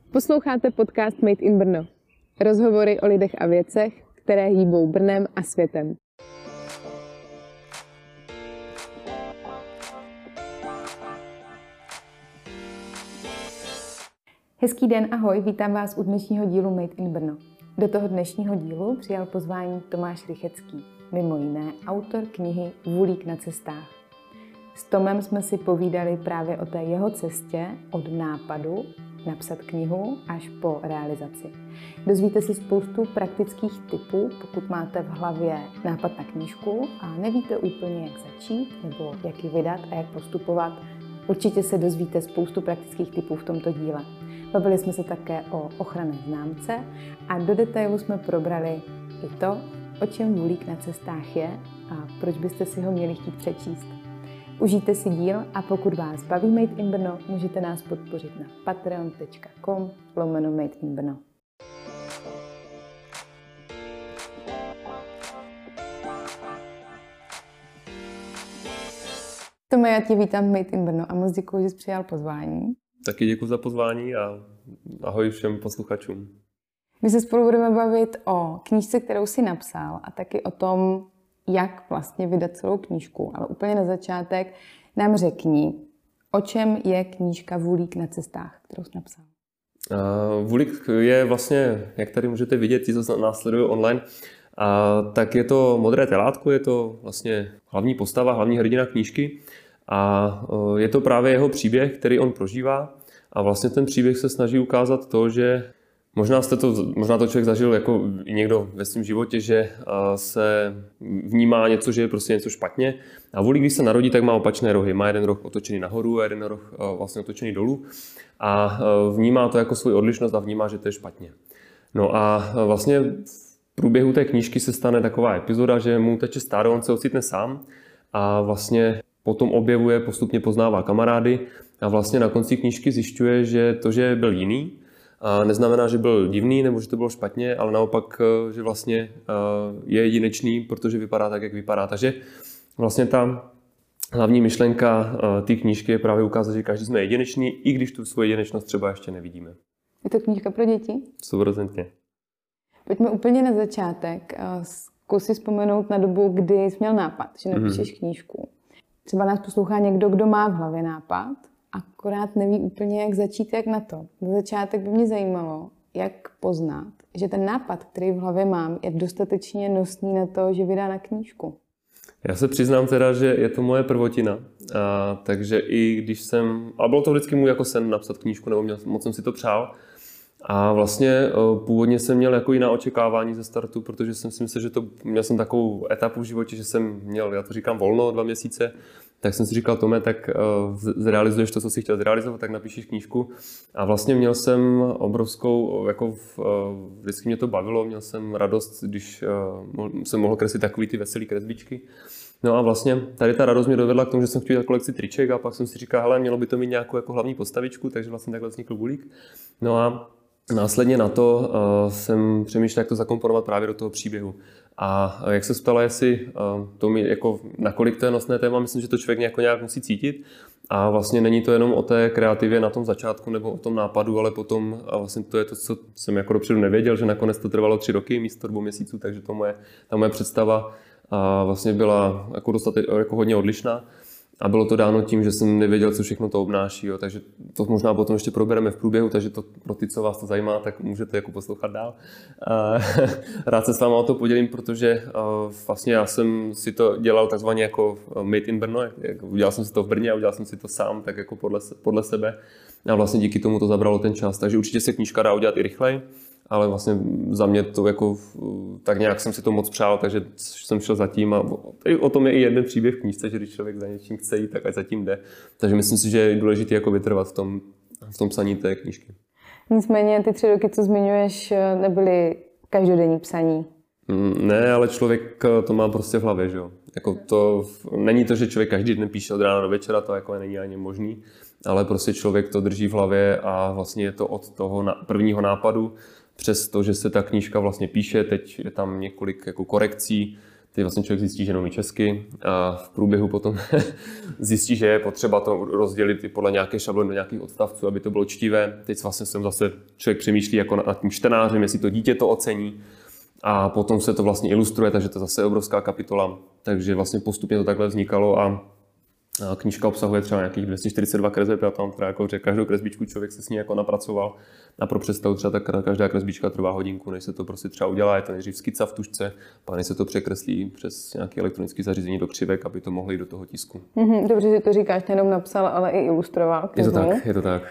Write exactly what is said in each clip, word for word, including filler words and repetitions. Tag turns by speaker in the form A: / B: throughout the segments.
A: Posloucháte podcast Made in Brno. Rozhovory o lidech a věcech, které hýbou Brnem a světem. Hezký den, ahoj, vítám vás u dnešního dílu Made in Brno. Do toho dnešního dílu přijal pozvání Tomáš Rychecký, mimo jiné autor knihy Vulík na cestách. S Tomem jsme si povídali právě o té jeho cestě od nápadu napsat knihu až po realizaci. Dozvíte si spoustu praktických tipů, pokud máte v hlavě nápad na knížku a nevíte úplně, jak začít nebo jak ji vydat a jak postupovat. Určitě se dozvíte spoustu praktických tipů v tomto díle. Bavili jsme se také o ochranné známce a do detailu jsme probrali i to, o čem Vulík na cestách je a proč byste si ho měli chtít přečíst. Užijte si díl a pokud vás baví Made in Brno, můžete nás podpořit na patreon tečka com lomeno Made in Brno. Tome, já tě vítám v Made in Brno a moc děkuji, že jsi přijal pozvání.
B: Taky děkuji za pozvání a ahoj všem posluchačům.
A: My se spolu budeme bavit o knížce, kterou jsi napsal a taky o tom, jak vlastně vydat celou knížku. Ale úplně na začátek nám řekni, o čem je knížka Vulík na cestách, kterou jsi napsal.
B: Uh, Vulík je vlastně, jak tady můžete vidět, ti, co následují online, a tak je to modré telátko, je to vlastně hlavní postava, hlavní hrdina knížky a uh, je to právě jeho příběh, který on prožívá a vlastně ten příběh se snaží ukázat to, že Možná, jste to, možná to člověk zažil jako i někdo ve svém životě, že se vnímá něco, že je prostě něco špatně. A Vulík, když se narodí, tak má opačné rohy. Má jeden roh otočený nahoru a jeden roh vlastně otočený dolů. A vnímá to jako svou odlišnost a vnímá, že to je špatně. No a vlastně v průběhu té knížky se stane taková epizoda, že mu teče stádo, on se ocitne sám a vlastně potom objevuje, postupně poznává kamarády a vlastně na konci knížky zjišťuje, že to, že byl jiný, a neznamená, že byl divný nebo že to bylo špatně, ale naopak, že vlastně je jedinečný, protože vypadá tak, jak vypadá. Takže vlastně ta hlavní myšlenka té knížky je právě ukázat, že každý jsme jedinečný, i když tu svoji jedinečnost třeba ještě nevidíme.
A: Je to knížka pro děti?
B: Stoprocentně.
A: Pojďme úplně na začátek. Zkus si vzpomenout na dobu, kdy jsi měl nápad, že napíšeš mm. knížku. Třeba nás poslouchá někdo, kdo má v hlavě nápad, akorát neví úplně, jak začít, jak na to. Na začátek by mě zajímalo, jak poznat, že ten nápad, který v hlavě mám, je dostatečně nosný na to, že vydá na knížku.
B: Já se přiznám teda, že je to moje prvotina. A, takže i když jsem... Ale bylo to vždycky můj jako sen napsat knížku, nebo měl, moc jsem si to přál. A vlastně původně jsem měl jako jiná očekávání ze startu, protože jsem si myslel, že to... Měl jsem takovou etapu v životě, že jsem měl, já to říkám, volno dva měsíce. Tak jsem si říkal, Tome, tak uh, zrealizuješ to, co jsi chtěl zrealizovat, tak napíšeš knížku. A vlastně měl jsem obrovskou, jako uh, vždycky mě to bavilo, měl jsem radost, když uh, jsem mohl kreslit takový ty veselý kresbičky. No a vlastně tady ta radost mě dovedla k tomu, že jsem chtěl kolekci triček a pak jsem si říkal, hele, mělo by to mít nějakou jako hlavní postavičku, takže vlastně takhle vznikl Vulík. No a následně na to uh, jsem přemýšlel, jak to zakomponovat právě do toho příběhu. A jak se ptala, jestli uh, to mi, jako, nakolik to je nosné téma, myslím, že to člověk nějak, nějak musí cítit. A vlastně není to jenom o té kreativě na tom začátku nebo o tom nápadu, ale potom a vlastně to je to, co jsem jako dopředu nevěděl, že nakonec to trvalo tři roky místo dvou měsíců, takže to moje, ta moje představa a vlastně byla jako, dostate, jako hodně odlišná. A bylo to dáno tím, že jsem nevěděl, co všechno to obnáší, jo. Takže to možná potom ještě probereme v průběhu, takže to pro ty, co vás to zajímá, tak můžete jako poslouchat dál. A rád se s váma o to podělím, protože vlastně já jsem si to dělal takzvaně jako Made in Brno, udělal jsem si to v Brně a udělal jsem si to sám, tak jako podle, podle sebe. A vlastně díky tomu to zabralo ten čas, takže určitě se knížka dá udělat i rychleji. Ale vlastně za mě to jako, tak nějak jsem si to moc přál, takže jsem šel za tím a o tom je i jeden příběh v knížce, že když člověk za něčím chce jít, tak ať za tím jde. Takže myslím si, že je důležité jako vytrvat v tom, v tom psaní té knížky.
A: Nicméně ty tři roky, co zmiňuješ, nebyly každodenní psaní.
B: Ne, ale člověk to má prostě v hlavě, že jo. Jako to, není to, že člověk každý den píše od rána do večera, to jako není ani možný, ale prostě člověk to drží v hlavě a vlastně je to od toho prvního nápadu, přes to, že se ta knížka vlastně píše, teď je tam několik jako korekcí, Teď vlastně člověk zjistí, že neumí česky a v průběhu potom zjistí, že je potřeba to rozdělit i podle nějaké šablony do nějakých odstavců, aby to bylo čtivé. Teď vlastně jsem zase člověk přemýšlí jako nad tím čtenářem, jestli to dítě to ocení. A potom se to vlastně ilustruje, takže to je zase obrovská kapitola. Takže vlastně postupně to takhle vznikalo a knížka obsahuje třeba nějakých dvě stě čtyřicet dva kreseb, já tam teda jako, že každou kresbičku člověk se s ní jako napracoval. A pro představu třeba tak každá kresbička trvá hodinku, než se to prostě třeba udělá, je to nejdřív skica v tužce, pak než se to překreslí přes nějaké elektronické zařízení do křivek, aby to mohli jít do toho tisku.
A: Mm-hmm, dobře, že to říkáš, nejenom napsal, ale i ilustroval.
B: Je to tak, je to tak.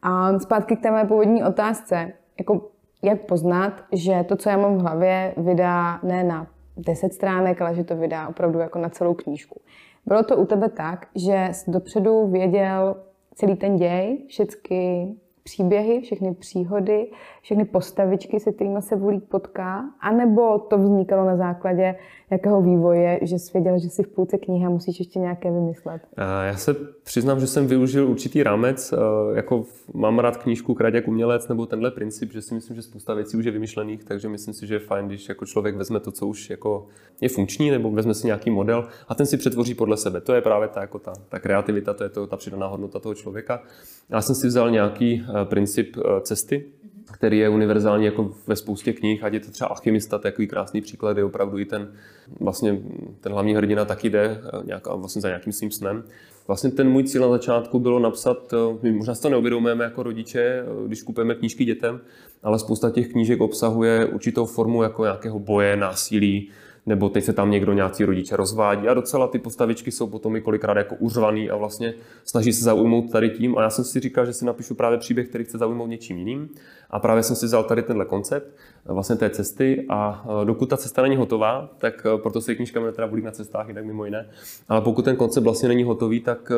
A: A zpátky k té mé původní otázce. Jako, jak poznat, že to, co já mám v hlavě, vydá ne na deset stránek, ale že to vydá opravdu jako na celou knížku. Bylo to u tebe tak, že jsi dopředu věděl celý ten děj, všechny příběhy, všechny příhody, všechny postavičky, se kterými se Vulík potká, anebo to vznikalo na základě nějakého vývoje, že jsi věděl, že jsi v půlce knihy a musíš ještě nějaké vymyslet?
B: Já se přiznám, že jsem využil určitý rámec, jako mám rád knížku Krať jak umělec, nebo tenhle princip, že si myslím, že spousta věcí už je vymyšlených, takže myslím si, že je fajn, když jako člověk vezme to, co už jako je funkční, nebo vezme si nějaký model a ten si přetvoří podle sebe. To je právě ta, jako ta, ta kreativita, to je to, ta přidaná hodnota toho člověka. Já jsem si vzal nějaký princip cesty, který je univerzální jako ve spoustě knih, ať je to třeba Alchymista, takový krásný příklad, je opravdu i ten, vlastně ten hlavní hrdina taky jde nějaká, vlastně za nějakým svým snem. Vlastně ten můj cíl na začátku bylo napsat, my možná si to neuvědomujeme jako rodiče, když kupujeme knížky dětem, ale spousta těch knížek obsahuje určitou formu jako nějakého boje, násilí, nebo teď se tam někdo, nějací rodiče rozvádí a docela ty postavičky jsou potom i kolikrát jako uřvaný a vlastně snaží se zaujmout tady tím a já jsem si říkal, že si napíšu právě příběh, který chce zaujmout něčím jiným a právě jsem si vzal tady tenhle koncept vlastně té cesty a dokud ta cesta není hotová, tak proto se knížka jmenuje teda Vulík na cestách, jinak mimo jiné, ale pokud ten koncept vlastně není hotový, tak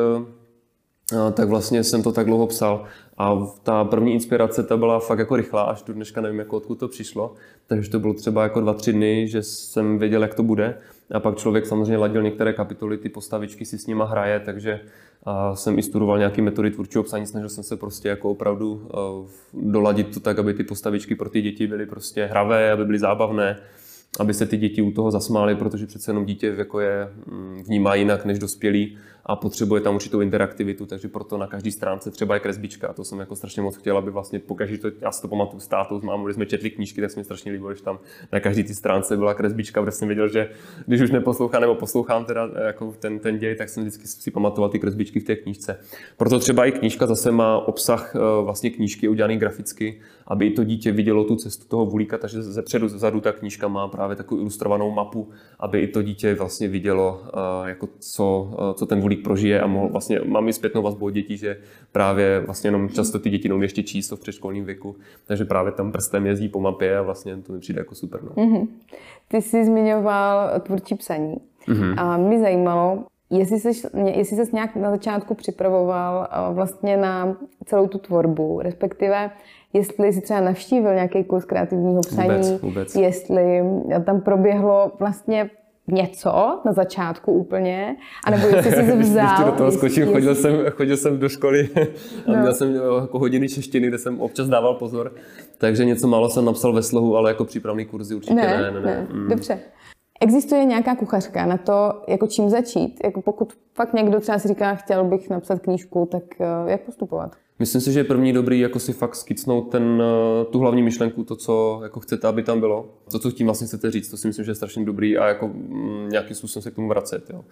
B: tak vlastně jsem to tak dlouho psal a ta první inspirace ta byla fakt jako rychlá, až do dneška nevím, jako odkud to přišlo, takže to bylo třeba jako dva, tři dny, že jsem věděl, jak to bude a pak člověk samozřejmě ladil některé kapitoly, ty postavičky si s nima hraje, takže a jsem i studoval nějaké metody tvůrčího psaní, snažil jsem se prostě jako opravdu uh, doladit to tak, aby ty postavičky pro ty děti byly prostě hravé, aby byly zábavné, aby se ty děti u toho zasmály, protože přece jenom dítě jako je vnímá jinak než dospělí a potřebuje tam určitou interaktivitu, takže proto na každé stránce třeba je kresbička. A to jsem jako strašně moc chtěl, aby vlastně pokaždé to, já si to pamatuju s tátou, s mámou, když jsme četli knížky, tak se mi strašně líbilo, že tam na každé té stránce byla kresbička, protože jsem věděl, že když už neposlouchám nebo poslouchám teda jako ten, ten děj, tak jsem vždycky si pamatoval ty kresbičky v té knížce. Proto třeba i knížka zase má obsah vlastně knížky udělaný graficky, aby i to dítě vidělo tu cestu toho Vulíka, takže ze předu, zezadu ta knížka má právě takovou ilustrovanou mapu, aby i to dítě vlastně vidělo, jako co, co ten Vulík prožije a mohl vlastně, mám i zpětnou vazbu od dětí, že právě vlastně jenom často ty děti neumí ještě číst v předškolním věku, takže právě tam prstem jezdí po mapě a vlastně to mi přijde jako super. No.
A: Mm-hmm. Ty jsi zmiňoval tvůrčí psaní mm-hmm. a mě zajímalo, jestli jsi, jestli jsi nějak na začátku připravoval vlastně na celou tu tvorbu, respektive jestli jsi třeba navštívil nějaký kurz kreativního psaní,
B: vůbec, vůbec.
A: Jestli tam proběhlo vlastně něco na začátku úplně, anebo jestli jsi se vzal...
B: Když ti do toho skočím, jestli... chodil, jsem, chodil jsem do školy a no. Měl jsem jako hodiny češtiny, kde jsem občas dával pozor, takže něco málo jsem napsal ve slohu, ale jako přípravný kurzy určitě ne. ne, ne, ne.
A: ne. Mm. Dobře. Existuje nějaká kuchařka na to, jako čím začít? Jako pokud fakt někdo třeba si říká, chtěl bych napsat knížku, tak jak postupovat?
B: Myslím si, že je první dobrý jako si fakt skicnout ten, tu hlavní myšlenku, to, co jako chcete, aby tam bylo. To, co tím vlastně chcete říct, to si myslím, že je strašně dobrý a jako nějakým způsobem se k tomu vracet. Jo.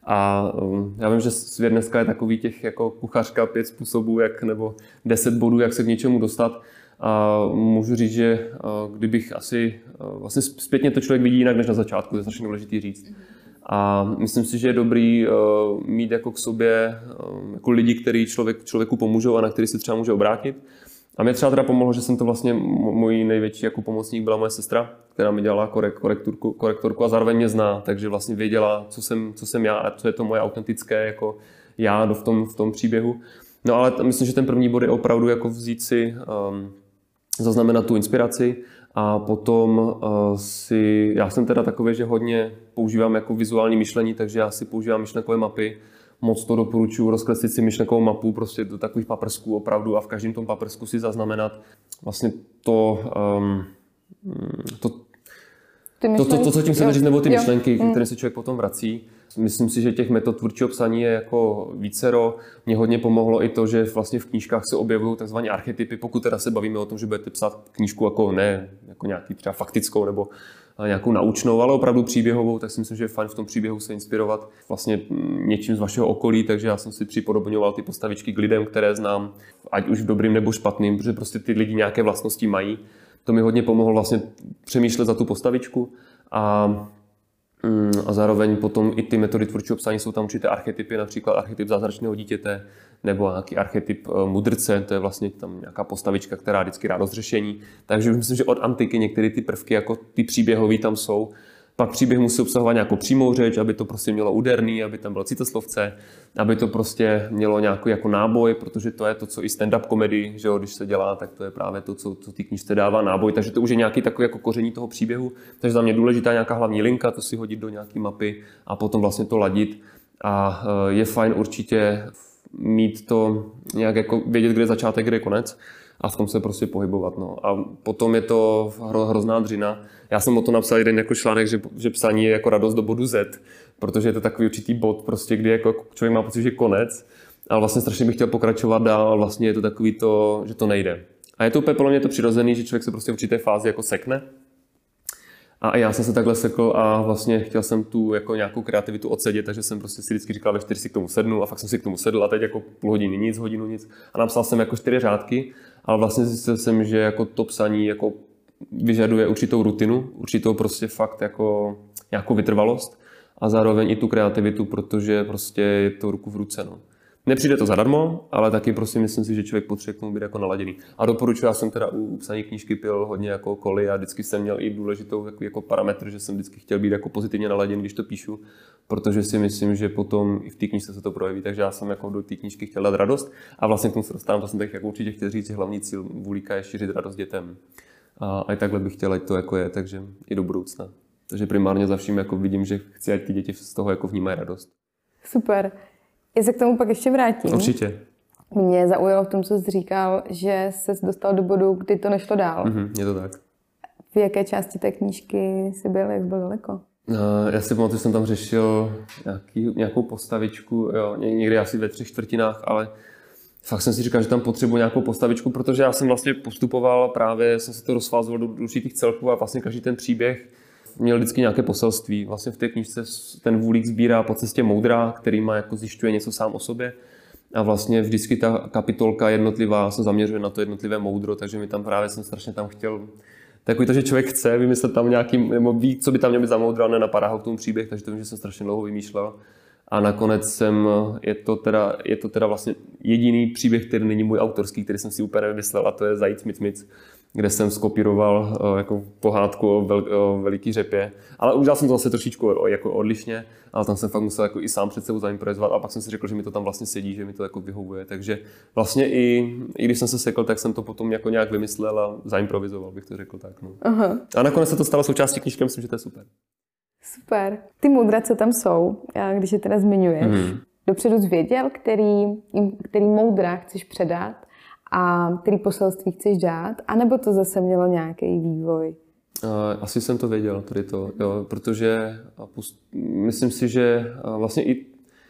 B: A já vím, že svět dneska je takový těch jako kuchařka, pět způsobů, jak, nebo deset bodů, jak se k něčemu dostat. A můžu říct, že kdybych asi, vlastně zpětně to člověk vidí jinak než na začátku, to je strašně důležitý říct. A myslím si, že je dobrý uh, mít jako k sobě uh, jako lidi, kteří člověk, člověku pomůžou a na který se třeba může obrátit. A mě třeba teda pomohlo, že jsem to vlastně, můj největší jako pomocník byla moje sestra, která mi dělala korek, korektorku, korektorku a zároveň mě zná, takže vlastně věděla, co jsem, co jsem já a co je to moje autentické jako já v tom, v tom příběhu. No ale t- myslím, že ten první bod je opravdu jako vzít si, um, zaznamenat tu inspiraci. A potom uh, si, já jsem teda takový, že hodně používám jako vizuální myšlení, takže já si používám myšlenkové mapy. Moc to doporučuji rozkreslit si myšlenkovou mapu prostě do takových paprsků opravdu a v každém tom paprsku si zaznamenat vlastně to, um, to
A: ty
B: myšlenky. To, to, to, co tím chcete říct, nebo ty
A: jo.
B: myšlenky, mm. které se člověk potom vrací. Myslím si, že těch metod tvůrčího psaní je jako vícero. Mně hodně pomohlo i to, že vlastně v knížkách se objevují takzvané archetypy, pokud teda se bavíme o tom, že budete psát knížku jako ne jako nějaký třeba faktickou nebo nějakou naučnou, ale opravdu příběhovou, tak si myslím, že je fajn v tom příběhu se inspirovat vlastně něčím z vašeho okolí, takže já jsem si připodobňoval ty postavičky k lidem, které znám, ať už v dobrým nebo špatným, protože prostě ty lidi nějaké vlastnosti mají. To mi hodně pomohlo vlastně přemýšlet za tu postavičku a A zároveň potom i ty metody tvůrčího psání jsou tam určité archetypy, například archetyp zázračného dítěte nebo nějaký archetyp mudrce, to je vlastně tam nějaká postavička, která vždycky rádost řešení. Takže myslím, že od antiky některé ty prvky, jako ty příběhové tam jsou. Pak příběh musí obsahovat nějakou přímou řeč, aby to prostě mělo úderný, aby tam bylo citoslovce, aby to prostě mělo nějaký jako náboj, protože to je to, co i stand-up komedy, že jo, když se dělá, tak to je právě to, co, co té knížce dává náboj, takže to už je nějaký takový jako koření toho příběhu, takže za mě důležitá nějaká hlavní linka, to si hodit do nějaký mapy a potom vlastně to ladit a je fajn určitě mít to nějak jako vědět, kde je začátek, kde je konec. A v tom se prostě pohybovat. No. A potom je to hro, hrozná dřina. Já jsem o to napsal jeden jako článek, že, že psaní je jako radost do bodu Z, protože je to takový určitý bod, prostě, kdy jako člověk má pocit, že je konec, ale vlastně strašně bych chtěl pokračovat dál, ale vlastně je to takový to, že to nejde. A je to úplně podle mě to přirozený, že člověk se prostě v určité fázi jako sekne. A já jsem se takhle sekl a vlastně chtěl jsem tu jako nějakou kreativitu odsedět, takže jsem prostě si vždycky říkal, ve čtyři si k tomu sednu a fakt jsem si k tomu sedl a teď jako půl hodiny nic, hodinu nic. A napsal jsem jako čtyři řádky, ale vlastně zjistil jsem, že jako to psaní jako vyžaduje určitou rutinu, určitou prostě fakt jako nějakou vytrvalost a zároveň i tu kreativitu, protože prostě je to ruku v ruce. No. Nepřijde to zadarmo, ale taky prostě myslím si, že člověk potřebuje k tomu být jako naladěný. A doporučuji, já jsem teda u psaní knížky pil hodně jako koli a vždycky jsem měl i důležitou jako, jako parametr, že jsem vždycky chtěl být jako pozitivně naladěný, když to píšu, protože si myslím, že potom i v té knížce se to projeví, takže já jsem jako do té knížky chtěl dát radost a vlastně k tomu se dostávám, to jsem tak jako určitě chtěl říct, že hlavní cíl Vulíka je šířit radost dětem. A, a i takhle bych chtěl, ať to jako je, takže i do budoucna. Takže primárně za vším jako vidím, že chci, ať ty děti z toho jako vnímají radost.
A: Super. Já se k tomu pak ještě vrátím.
B: Určitě.
A: Mě zaujalo v tom, co jsi říkal, že ses dostal do bodu, kdy to nešlo dál.
B: Mm-hmm, je to tak.
A: V jaké části té knížky jsi byl, jak jsi byl daleko?
B: Já si pamatuju, že jsem tam řešil nějaký, nějakou postavičku, jo, někdy asi ve třech čtvrtinách, ale fakt jsem si říkal, že tam potřebuji nějakou postavičku, protože já jsem vlastně postupoval, právě jsem si to rozvázoval do určitých celků a vlastně každý ten příběh měl vždycky nějaké poselství. Vlastně v té knížce ten Vulík sbírá po cestě moudra, který má jako zjišťuje něco sám o sobě. A vlastně vždycky ta kapitolka jednotlivá se zaměřuje na to jednotlivé moudro, takže mi tam právě jsem strašně tam chtěl takový to, že člověk chce vymyslet tam nějaký, nebo ví, co by tam měl být za moudro, ale nenapadá ho k tomu příběh, takže to vím, že jsem strašně dlouho vymýšlel. A nakonec jsem, je to teda, je to teda vlastně jediný příběh, který není můj autorský, který jsem si úplně nevymyslel, a to je Zajíc mic mic, kde jsem skopíroval jako pohádku o, vel, o veliký řepě. Ale udělal jsem to zase trošičku jako odlišně, ale tam jsem fakt musel jako i sám před sebou zaimprovizovat a pak jsem si řekl, že mi to tam vlastně sedí, že mi to jako vyhovuje. Takže vlastně i, i když jsem se sekl, tak jsem to potom jako nějak vymyslel a zaimprovizoval, bych to řekl tak. No. Aha. A nakonec se to stalo součástí knížky, myslím, že to je super.
A: Super. Ty moudra, co tam jsou, když je teda zmiňuješ, mm. dopředu jsi věděl, který, který moudra chceš předat a který poselství chceš dát, anebo to zase mělo nějaký vývoj?
B: Asi jsem to věděl, tady to, jo, protože myslím si, že vlastně i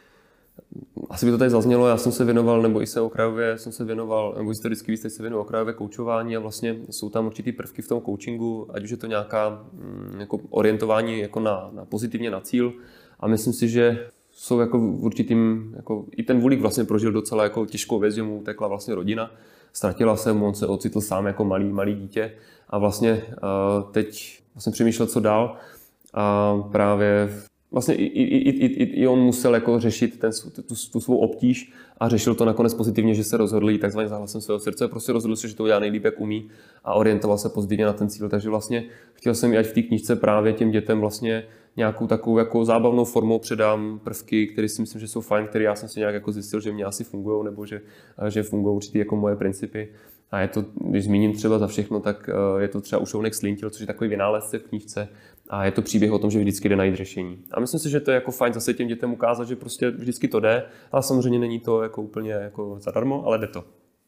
B: asi by to tady zaznělo, já jsem se věnoval, nebo i se okrajově jsem se věnoval, nebo historicky víc se věnoval okrajové koučování a vlastně jsou tam určitý prvky v tom coachingu, ať už je to nějaká jako orientování jako na, na pozitivně na cíl a myslím si, že jsou jako v určitým, jako i ten Vulík vlastně prožil docela jako těžkou věc, že mu utekla vlastně rodina, ztratila se mu, on se ocitl sám jako malý, malý dítě a vlastně uh, teď vlastně přemýšlel, co dál a právě vlastně i, i, i, i, i on musel jako řešit ten, tu, tu svou obtíž a řešil to nakonec pozitivně, že se rozhodl jít takzvaně za hlasem svého srdce. Prostě rozhodl se, že to udělá nejlíp, jak umí a orientoval se pozitivně na ten cíl. Takže vlastně chtěl jsem i ať v té knížce právě těm dětem vlastně nějakou takovou jako zábavnou formou předám prvky, které si myslím, že jsou fajn, které já jsem si nějak jako zjistil, že mě asi fungují, nebo že, že fungují určitě jako moje principy. A je to, když zmíním třeba za všechno, tak je to třeba Ušounek Slintil, což je takový vynálezce v knížce. A je to příběh o tom, že vždycky jde najít řešení. A myslím si, že to je jako fajn zase těm dětem ukázat, že prostě vždycky to jde, ale samozřejmě není to jako úplně jako zadarmo, ale jde to.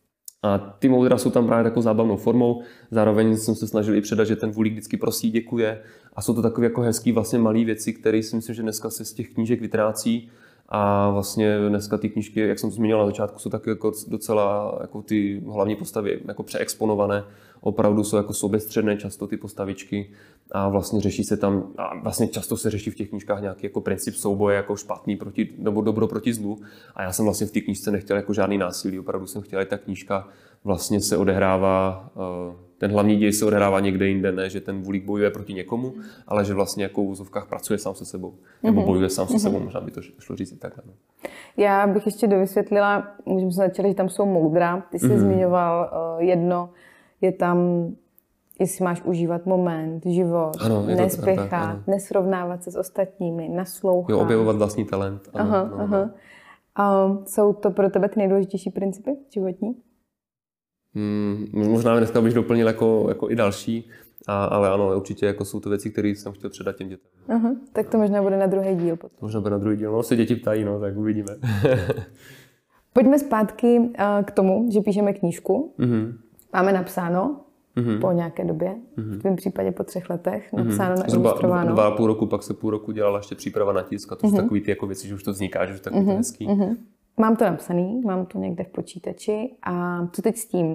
B: A ty moudra jsou tam právě takovou zábavnou formou. Zároveň jsem se snažil i předat, že ten vůlík vždycky prosí, děkuje. A jsou to takové jako hezký vlastně malé věci, které si myslím, že dneska se z těch knížek vytrácí. A vlastně dneska ty knížky, jak jsem to zmínil na začátku, jsou taky jako docela jako ty hlavní postavy jako přeexponované. Opravdu jsou jako soběstředné často ty postavičky a vlastně řeší se tam, a vlastně často se řeší v těch knížkách nějaký jako princip souboje jako špatný proti, nebo dobro proti zlu. A já jsem vlastně v té knížce nechtěl jako žádný násilí, opravdu jsem chtěl, že ta knížka vlastně se odehrává, ten hlavní děj se odehrává někde jinde, ne, že ten vůlík bojuje proti někomu, ale že vlastně jako v úzovkách pracuje sám se sebou, nebo mm-hmm. bojuje sám se sebou, možná by to šlo říct i takhle. No.
A: Já bych ještě dovysvětlila, můžeme se začali, že tam jsou moudra. Ty jsi mm-hmm. zmiňoval uh, jedno, je tam, jestli máš užívat moment, život, ano, nespěchat, nesrovnávat se s ostatními, naslouchat.
B: Jo, objevovat vlastní talent. Ano,
A: aha,
B: no,
A: aha. A jsou to pro tebe ty nejdůležitější principy životní?
B: Hmm, možná dneska bych doplnil jako, jako i další, a, ale ano, určitě jako jsou to věci, které jsem chtěl předat těm dětem.
A: Aha, tak to možná bude na druhý díl potom.
B: Možná bude na druhý díl, no se děti ptají, no, tak uvidíme.
A: Pojďme zpátky uh, k tomu, že píšeme knížku.
B: Mm-hmm.
A: Máme napsáno mm-hmm. po nějaké době, mm-hmm. v tvém případě po třech letech, napsáno mm-hmm. na ilustrováno.
B: Zhruba dva a půl roku, pak se půl roku dělala ještě příprava na tisk a to mm-hmm. jsou takový ty jako věci, že už to vzniká, že už takový mm-hmm. hezký.
A: Mm-hmm. Mám to napsaný, mám to někde v počítači a co teď s tím?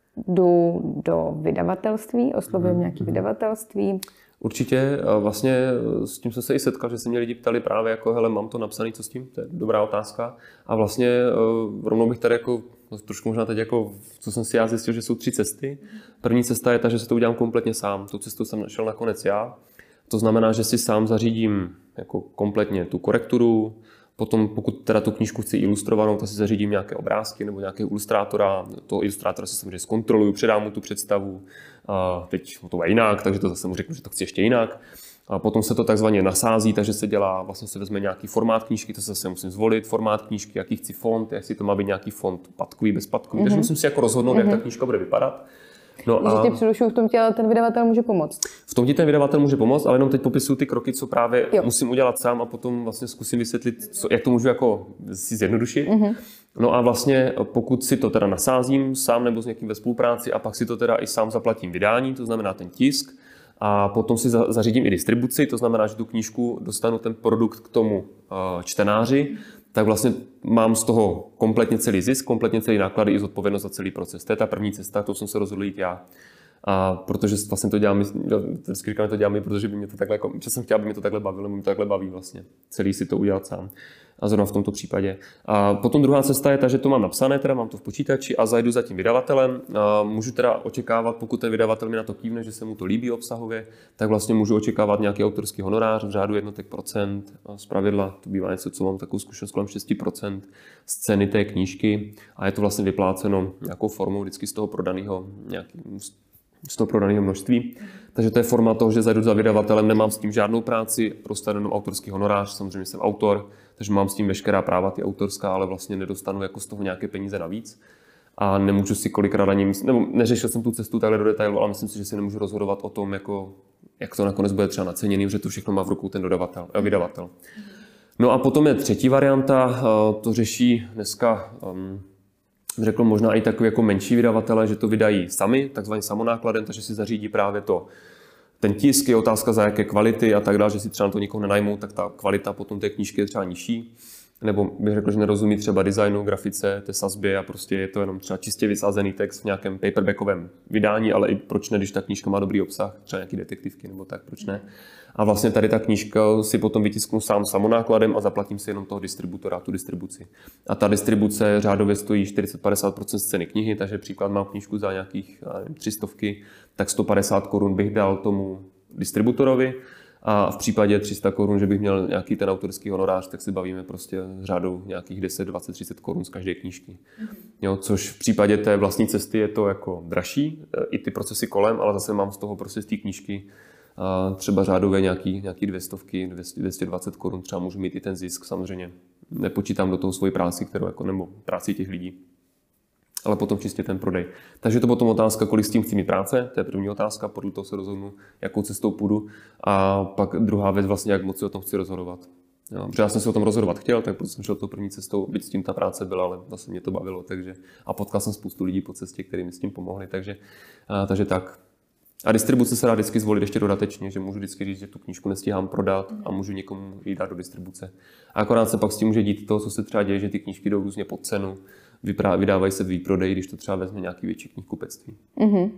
A: Jdu do vydavatelství, oslovím mm-hmm. nějaké vydavatelství?
B: Určitě, vlastně s tím jsem se i setkal, že se mě lidi ptali právě jako, hele, mám to napsaný, co s tím? To je dobrá otázka. A vlastně rovnou bych tady jako, trošku možná teď jako, co jsem si já zjistil, že jsou tři cesty. První cesta je ta, že se to udělám kompletně sám. Tu cestu jsem šel nakonec já. To znamená, že si sám zařídím jako kompletně tu korekturu. Potom, pokud teda tu knížku chci ilustrovanou, tak si zařídím nějaké obrázky nebo nějakého ilustrátora. Toho ilustrátora si samozřejmě zkontroluju, předám mu tu představu. A teď to bude jinak, takže to zase mu řeknu, že to chci ještě jinak. A potom se to takzvaně nasází, takže se dělá, vlastně se vezme nějaký formát knížky, to se zase musím zvolit, formát knížky, jaký chci font, jestli to má být nějaký font patkový, bezpatkový. Mm-hmm. Takže musím si jako rozhodnout, mm-hmm. jak ta knížka bude vypadat.
A: No a když tě přerušuju, v tom tě ten vydavatel může pomoct.
B: V tom ti ten vydavatel může pomoct, ale jenom teď popisuju ty kroky, co právě jo. musím udělat sám a potom vlastně zkusím vysvětlit, co, jak to můžu jako si zjednodušit. Mm-hmm. No a vlastně pokud si to teda nasázím sám nebo s někým ve spolupráci a pak si to teda i sám zaplatím vydání, to znamená ten tisk, a potom si zařídím i distribuci, to znamená, že tu knížku dostanu ten produkt k tomu čtenáři, tak vlastně mám z toho kompletně celý zisk, kompletně celý náklady i zodpovědnost za celý proces. To je ta první cesta, to jsem se rozhodl jít já. A protože vlastně to dělám, vždycky říkám, že to dělám, protože by mě to takhle, jako, že jsem chtěl, aby mě to takhle bavilo, mě to takhle baví vlastně. Celý si to udělat sám. A zrovna v tomto případě. A potom druhá cesta je ta, že to mám napsané, teda mám to v počítači a zajdu za tím vydavatelem. A můžu teda očekávat, pokud ten vydavatel mi na to kývne, že se mu to líbí obsahově, tak vlastně můžu očekávat nějaký autorský honorář v řádu jednotek procent. Z pravidla to bývá něco, co mám takovou zkušenost kolem šest procent z ceny té knížky a je to vlastně vypláceno nějakou formou vždycky z toho prodaného nějakým z toho prodaného množství. Takže to je forma toho, že zajdu za vydavatelem, nemám s tím žádnou práci, prostě jenom autorský honorář, samozřejmě jsem autor, takže mám s tím veškerá práva, ty autorská, ale vlastně nedostanu jako z toho nějaké peníze navíc. A nemůžu si kolikrát ani myslet, nebo neřešil jsem tu cestu takhle do detailu, ale myslím si, že si nemůžu rozhodovat o tom, jako, jak to nakonec bude třeba naceněný, protože to všechno má v rukou ten dodavatel, eh, vydavatel. No a potom je třetí varianta, to řeší dneska um, řekl možná i takový jako menší vydavatele, že to vydají sami, takzvaně samonákladem, takže si zařídí právě to. Ten tisk je otázka za jaké kvality a tak dále, že si třeba na to nikoho nenajmou, tak ta kvalita potom té knížky je třeba nižší. Nebo bych řekl, že nerozumí třeba designu, grafice, té sazbě a prostě je to jenom třeba čistě vysázený text v nějakém paperbackovém vydání, ale i proč ne, když ta knížka má dobrý obsah, třeba nějaký detektivky nebo tak, proč ne. A vlastně tady ta knížka si potom vytisknu sám samonákladem a zaplatím si jenom toho distributora, tu distribuci. A ta distribuce řádově stojí čtyřicet až padesát procent z ceny knihy, takže příklad mám knížku za nějakých tři stovky, tak sto padesát korun bych dal tomu distributorovi. A v případě tři sta korun, že bych měl nějaký ten autorský honorář, tak si bavíme prostě řádou nějakých deset, dvacet, třicet korun z každé knížky. Jo, což v případě té vlastní cesty je to jako dražší, i ty procesy kolem, ale zase mám z toho prostě z té knížky a třeba řádově nějaký, nějaký dvě stovky, dvě stě dvacet korun, třeba můžu mít i ten zisk, samozřejmě nepočítám do toho svoji práci, kterou jako, nebo práci těch lidí. Ale potom čistě ten prodej. Takže to potom otázka, kolik s tím chci mít práce, to je první otázka, podle toho se rozhodnu, jakou cestou půjdu. A pak druhá věc vlastně, jak moc si o tom chci rozhodovat. Jo, protože já jsem se o tom rozhodovat chtěl, tak proto jsem šel tou první cestou, byť s tím ta práce byla, ale vlastně mě to bavilo, takže a potkal jsem spoustu lidí po cestě, kteří mi s tím pomohli, takže, a, takže tak. A distribuce se dá vždycky zvolit ještě dodatečně, že můžu vždycky říct, že tu knížku nestíhám prodat a můžu někomu ji dát do distribuce. A akorát se pak s tím může dít to, co se třeba děje, že ty knížky jdou různě pod cenu, vydávají se v výprodeji, když to třeba vezme nějaký větší knihkupectví.
A: Mm-hmm.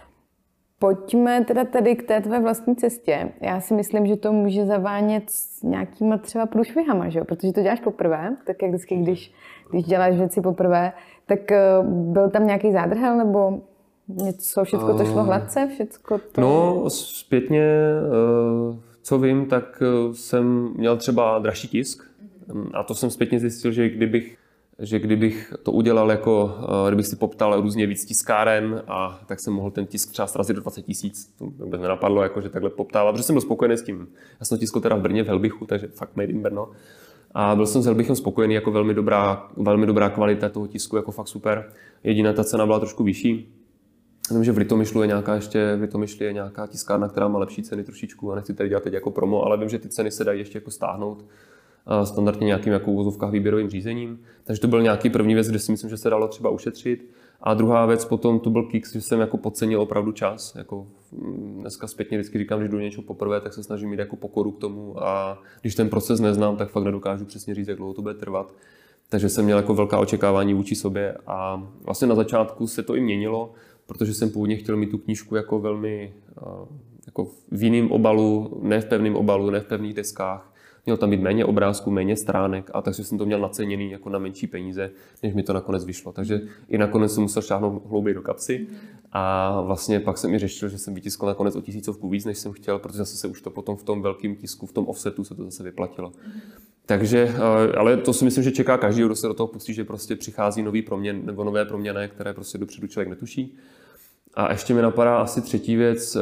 A: Pojďme teda tady k té tvé vlastní cestě. Já si myslím, že to může zavánět s nějakýma třeba průšvihama, že jo? Protože to děláš poprvé, tak jak vždycky, když, když děláš věci poprvé, tak byl tam nějaký zádrhel nebo něco, všechno to šlo hladce, všechno to...
B: No, zpětně, co vím, tak jsem měl třeba dražší tisk a to jsem zpětně zjistil, že kdybych že kdybych to udělal jako, kdybych si poptal různě víc tiskáren, a tak jsem mohl ten tisk třeba srazit do dvacet tisíc. To vůbec nenapadlo, jako, že takhle poptával, protože jsem byl spokojený s tím. Já jsem to tiskl teda v Brně, v Helbichu, takže fakt made in Brno. A byl jsem s Helbichem spokojený, jako velmi dobrá, velmi dobrá kvalita toho tisku, jako fakt super. Jediná ta cena byla trošku vyšší. Vím, že v Litomyšlu je nějaká ještě, v Litomyšli je nějaká tiskárna, která má lepší ceny trošičku, a nechci tady dělat teď jako promo, ale vím, že ty ceny se dají ještě jako stáhnout standardně nějakým jako uvozovkách výběrovým řízením. Takže to byl nějaký první věc, kde si myslím, že se dalo třeba ušetřit. A druhá věc potom to byl kick, že jsem jako podcenil opravdu čas. Jako dneska zpětně vždycky říkám, když jdu něco poprvé, tak se snažím mít jako pokoru k tomu, a když ten proces neznám, tak fakt nedokážu přesně říct, jak dlouho to bude trvat. Takže jsem měl jako velká očekávání vůči sobě a vlastně na začátku se to i měnilo, protože jsem původně chtěl mít tu knížku jako velmi jako v jiném obalu, ne v pevném obalu, ne v pevných deskách. Měl tam být méně obrázků, méně stránek, a takže jsem to měl naceněný jako na menší peníze, než mi to nakonec vyšlo. Takže i nakonec jsem musel šáhnout hlouběji do kapsy a vlastně pak jsem i řešil, že jsem vytiskl nakonec o tisícovku víc, než jsem chtěl, protože zase se už to potom v tom velkém tisku, v tom offsetu se to zase vyplatilo. Takže, ale to si myslím, že čeká každý, kdo se do toho pustí, že prostě přichází nový proměn, nebo nové proměny, které prostě dopředu člověk netuší. A ještě mi napadá asi třetí věc,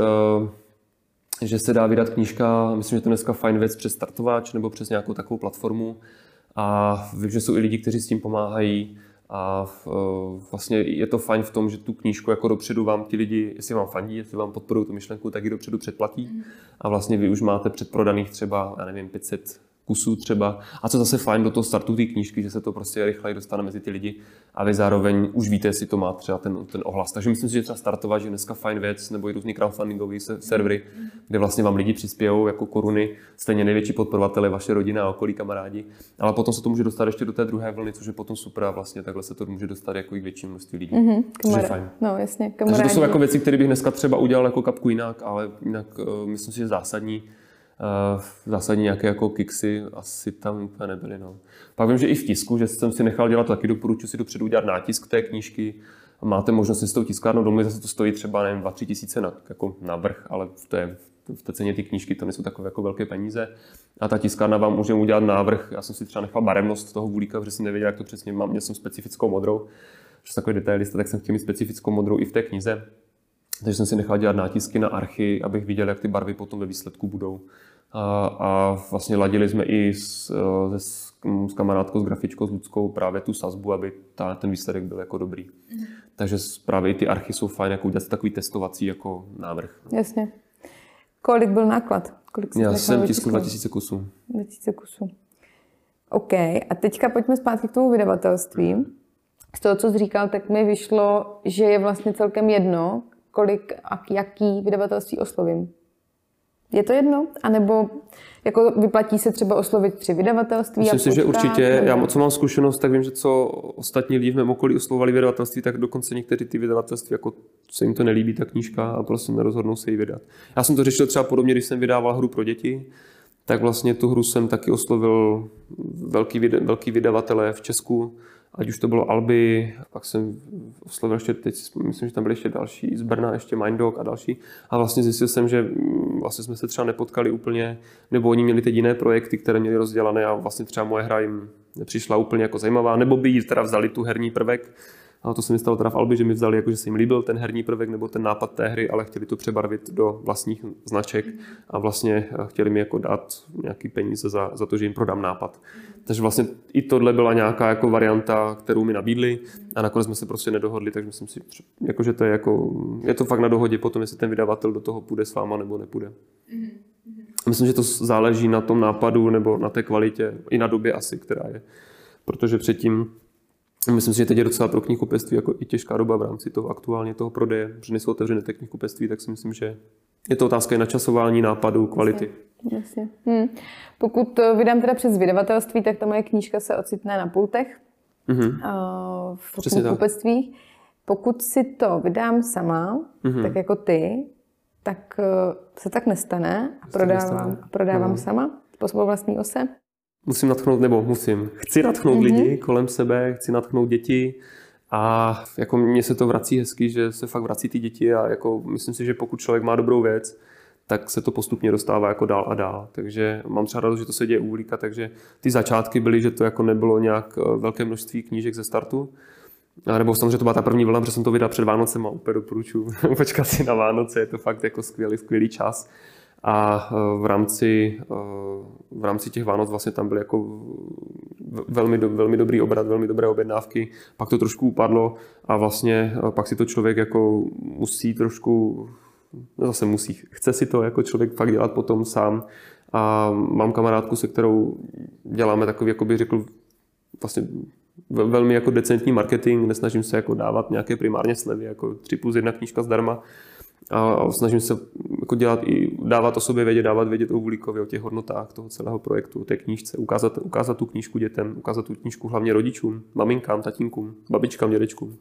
B: že se dá vydat knížka, myslím, že to je dneska fajn věc přes startovač nebo přes nějakou takovou platformu. A vím, že jsou i lidi, kteří s tím pomáhají. A vlastně je to fajn v tom, že tu knížku jako dopředu vám ti lidi, jestli vám fandí, jestli vám podporují tu myšlenku, tak ji dopředu předplatí. A vlastně vy už máte předprodaných třeba, já nevím, pět set kusů třeba. A co zase fajn do toho startu té knížky, že se to prostě rychleji dostane mezi ty lidi a vy zároveň už víte, jestli to má třeba ten, ten ohlas. Takže myslím si, že třeba startovat, že dneska fajn věc, nebo i různý crowdfundingové servery, kde vlastně vám lidi přispějou jako koruny, stejně největší podporovatelé, vaše rodina a okolí, kamarádi. Ale potom se to může dostat ještě do té druhé vlny, což je potom super, a vlastně takhle se to může dostat jako i k většímu množství lidí.
A: Mm-hmm,
B: což je fajn.
A: No, jasně,
B: Takže to jsou jako věci, které bych dneska třeba udělal jako kapku jinak, ale jinak uh, myslím si, že zásadní. Uh, zásadní nějaké jako kiksy asi tam úplně nebyly. No. Pak vím, že i v tisku, že jsem si nechal dělat, taky doporučuji si dopředu udělat nátisk té knížky. Máte možnost si s tou tiskárnou domluvit, zase to stojí třeba nevím, dva tři tisíce na, jako na vrch, ale v té, v té ceně ty knížky to nejsou takové jako velké peníze. A ta tiskárna vám může udělat návrh. Já jsem si třeba nechal barevnost toho vůlíka, protože jsem nevěděl, jak to přesně mám. Měl jsem specifickou modrou, že jsem takový detailista, tak jsem chtěl mít specifickou modrou i v té knize. Takže jsem si nechal dělat nátisky na archy, abych viděl, jak ty barvy potom ve výsledku budou. A, a vlastně ladili jsme i s, s, s kamarádkou, s grafičkou, s Ludskou právě tu sazbu, aby ta, ten výsledek byl jako dobrý. Mm. Takže právě i ty archy jsou fajn, jako udělat takový testovací jako návrh.
A: Jasně. Kolik byl náklad? Kolik
B: Já jsem tiskl dva tisíce kusů.
A: dva tisíce kusů. OK. A teďka pojďme zpátky k tomu vydavatelství. Z toho, co jsi říkal, tak mi vyšlo, že je vlastně celkem jedno, kolik a jaký vydavatelství oslovím. Je to jedno? A nebo jako vyplatí se třeba oslovit tři vydavatelství?
B: Myslím si, že určitě. Já, co mám zkušenost, tak vím, že co ostatní lidi v mém okolí oslovovali vydavatelství, tak dokonce někteří ty vydavatelství, jako se jim to nelíbí, ta knížka, a prostě nerozhodnou se ji vydat. Já jsem to řešil třeba podobně, když jsem vydával hru pro děti, tak vlastně tu hru jsem taky oslovil velký, velký vydavatelé v Česku, ať už to bylo Albi, pak jsem oslovil ještě teď, myslím, že tam byly ještě další, z Brna ještě Minddog a další. A vlastně zjistil jsem, že vlastně jsme se třeba nepotkali úplně, nebo oni měli teď jiné projekty, které měli rozdělané, a vlastně třeba moje hra jim nepřišla úplně jako zajímavá, nebo by jí teda vzali tu herní prvek. A to se mi stalo teda v Albi, že mi vzali, jako, že se jim líbil ten herní prvek nebo ten nápad té hry, ale chtěli to přebarvit do vlastních značek a vlastně chtěli mi jako dát nějaký peníze za, za to, že jim prodám nápad. Takže vlastně i tohle byla nějaká jako varianta, kterou mi nabídli, a nakonec jsme se prostě nedohodli, takže myslím si, jako, že to je, jako, je to fakt na dohodě potom, jestli ten vydavatel do toho půjde s váma nebo nepůjde. Myslím, že to záleží na tom nápadu nebo na té kvalitě, i na době asi, která je. Protože předtím, myslím si, že teď je docela pro knihkupectví jako i těžká doba v rámci toho aktuálně toho prodeje, že nejsou otevřené té knihkupectví, tak si myslím, že je to otázka i načasování, nápadu, kvality.
A: Jasně. Jasně. Hm. Pokud vydám teda přes vydavatelství, tak ta moje knížka se ocitne na pultech mm-hmm. v knihkupectvích. Pokud si to vydám sama, mm-hmm. tak jako ty, tak se tak nestane a prodávám, a prodávám no. sama po vlastní ose.
B: Musím natchnout, nebo musím, chci natchnout mm-hmm. lidi kolem sebe, chci natchnout děti a jako mně se to vrací hezky, že se fakt vrací ty děti a jako myslím si, že pokud člověk má dobrou věc, tak se to postupně dostává jako dál a dál. Takže mám třeba radost, že to se děje u Vulíka, takže ty začátky byly, že to jako nebylo nějak velké množství knížek ze startu. A nebo samozřejmě to byla ta první vlna, protože jsem to vydal před Vánocem a úplně doporučuji počkat si na Vánoce, je to fakt jako skvělý, skvělý čas. A v rámci, v rámci těch Vánoc vlastně tam byly jako velmi, velmi dobrý obrat, velmi dobré objednávky. Pak to trošku upadlo a vlastně pak si to člověk jako musí trošku, no zase musí, chce si to jako člověk fakt dělat potom sám. A mám kamarádku, se kterou děláme takový, jako bych řekl, vlastně velmi jako decentní marketing, nesnažím se jako dávat nějaké primárně slevy, jako tři plus jedna knížka zdarma. A snažím se jako dělat i dávat o sobě vědět, dávat vědět o Vulíkovi, o těch hodnotách toho celého projektu, o té knížce, ukázat, ukázat tu knížku dětem, ukázat tu knížku hlavně rodičům, maminkám, tatínkům, babičkám, dědečkům,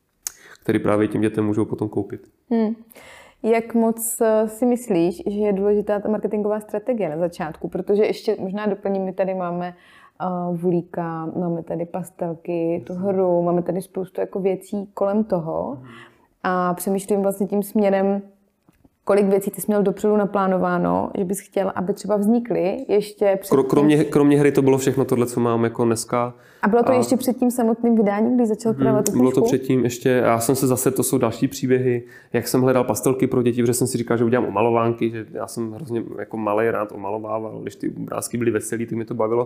B: který právě těm dětem můžou potom koupit. Hmm.
A: Jak moc si myslíš, že je důležitá ta marketingová strategie na začátku? Protože ještě možná doplním, my tady máme uh, Vulíka, máme tady pastelky, tu hru, máme tady spoustu jako věcí kolem toho. Hmm. A přemýšlím vlastně tím směrem, kolik věcí ty jsi měl dopředu naplánováno, že bys chtěl, aby třeba vznikly ještě před tím...
B: Kromě, kromě hry to bylo všechno tohle, co mám jako dneska.
A: A bylo to a... ještě před tím samotným vydáním, když začal prodávat tu knížku?
B: Bylo to předtím ještě, já jsem se zase, to jsou další příběhy, jak jsem hledal pastelky pro děti, protože jsem si říkal, že udělám omalovánky, že já jsem hrozně jako malej rád omalovával, když ty obrázky byly veselý, tak mě to bavilo.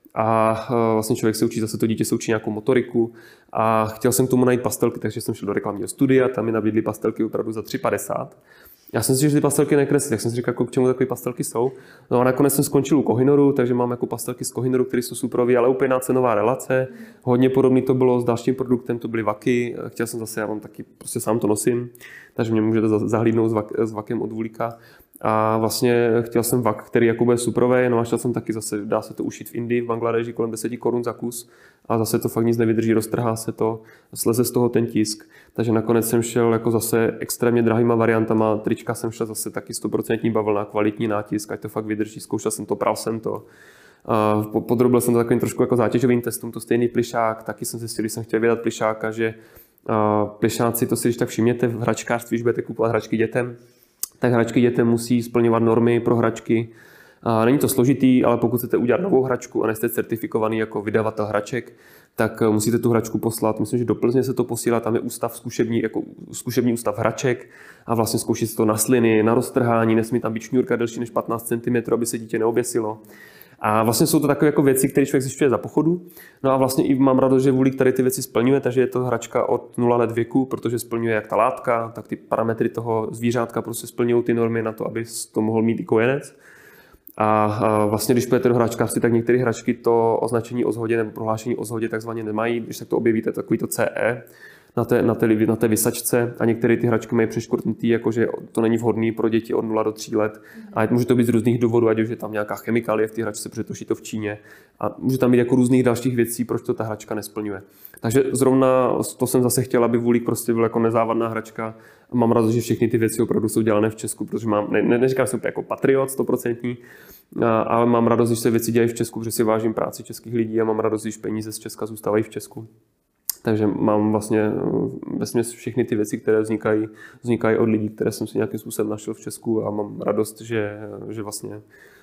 B: A vlastně člověk se učí, zase to dítě se učí nějakou motoriku a chtěl jsem k tomu najít pastelky, takže jsem šel do reklamního studia, tam mi nabídli pastelky opravdu za tři padesát. Já jsem si říkal, že ty pastelky nekreslí, tak jsem si říkal, jako k čemu takové pastelky jsou. No a nakonec jsem skončil u Kohinoru, takže mám jako pastelky z Kohinoru, které jsou superové, ale úplně na cenová relace. Hodně podobný to bylo s dalším produktem, to byly vaky. Chtěl jsem zase, já mám taky, prostě sám to nosím, takže mě můžete zahlídnout s, vak, s vakem od Vulíka. A vlastně chtěl jsem vak, který jako bude superové, no a šel jsem taky zase, dá se to ušít v Indii, v Bangladeži kolem deset korun za kus a zase to fakt nic nevydrží, roztrhá se to, sleze z toho ten tisk. Takže nakonec jsem šel jako zase extrémně drahýma variantama, trička jsem šel zase taky sto procent bavlna, kvalitní nátisk, ať to fakt vydrží, zkoušel jsem to, pral jsem to. A podrobil jsem to takovým trošku jako zátěžovým testům, to stejný plišák, taky jsem zjistil, když jsem chtěl vydat plišáka, že plišáci, to si když tak všimněte v hračkářství, když budete kupovat hračky dětem, tak hračky dětem musí splňovat normy pro hračky. A není to složitý, ale pokud chcete udělat novou hračku a nejste certifikovaný jako vydavatel hraček, tak musíte tu hračku poslat. Myslím, že do Plzně se to posílá, tam je ústav zkušební, jako zkušební ústav hraček a vlastně zkouší se to na sliny, na roztrhání, nesmí tam být šňůrka delší než patnáct centimetrů, aby se dítě neoběsilo. A vlastně jsou to takové jako věci, které člověk zjišťuje za pochodu. No a vlastně i mám radost, že Vulík tady ty věci splňuje, takže je to hračka od nula let věku, protože splňuje jak ta látka, tak ty parametry toho zvířátka prostě splňují ty normy na to, aby to mohl mít i kojenec. A, a vlastně, když půjdete do hračkářství, tak některé hračky to označení o shodě nebo prohlášení o shodě takzvaně nemají. Když tak to objevíte, takový to C E na té, na té, na té vysačce a některé ty hračky mají přeškrtnutý, jakože to není vhodný pro děti od nula do tří let. A může to být z různých důvodů, ať už je tam nějaká chemikálie v té hračce, protože to šito v Číně. A může tam být jako různých dalších věcí, proč to ta hračka nesplňuje. Takže zrovna to jsem zase chtěl, aby Vulík prostě byl jako nezávadná hračka. Mám radost, že všechny ty věci opravdu jsou dělané v Česku, protože mám, ne, ne, neříkám, že jsem jako patriot stoprocentní, ale mám radost, když se věci dělají v Česku, protože si vážím práci českých lidí a mám radost, když peníze z Česka zůstávají v Česku. Takže mám vlastně vesměs všechny ty věci, které vznikají, vznikají od lidí, které jsem si nějakým způsobem našel v Česku a mám radost, že, že vlastně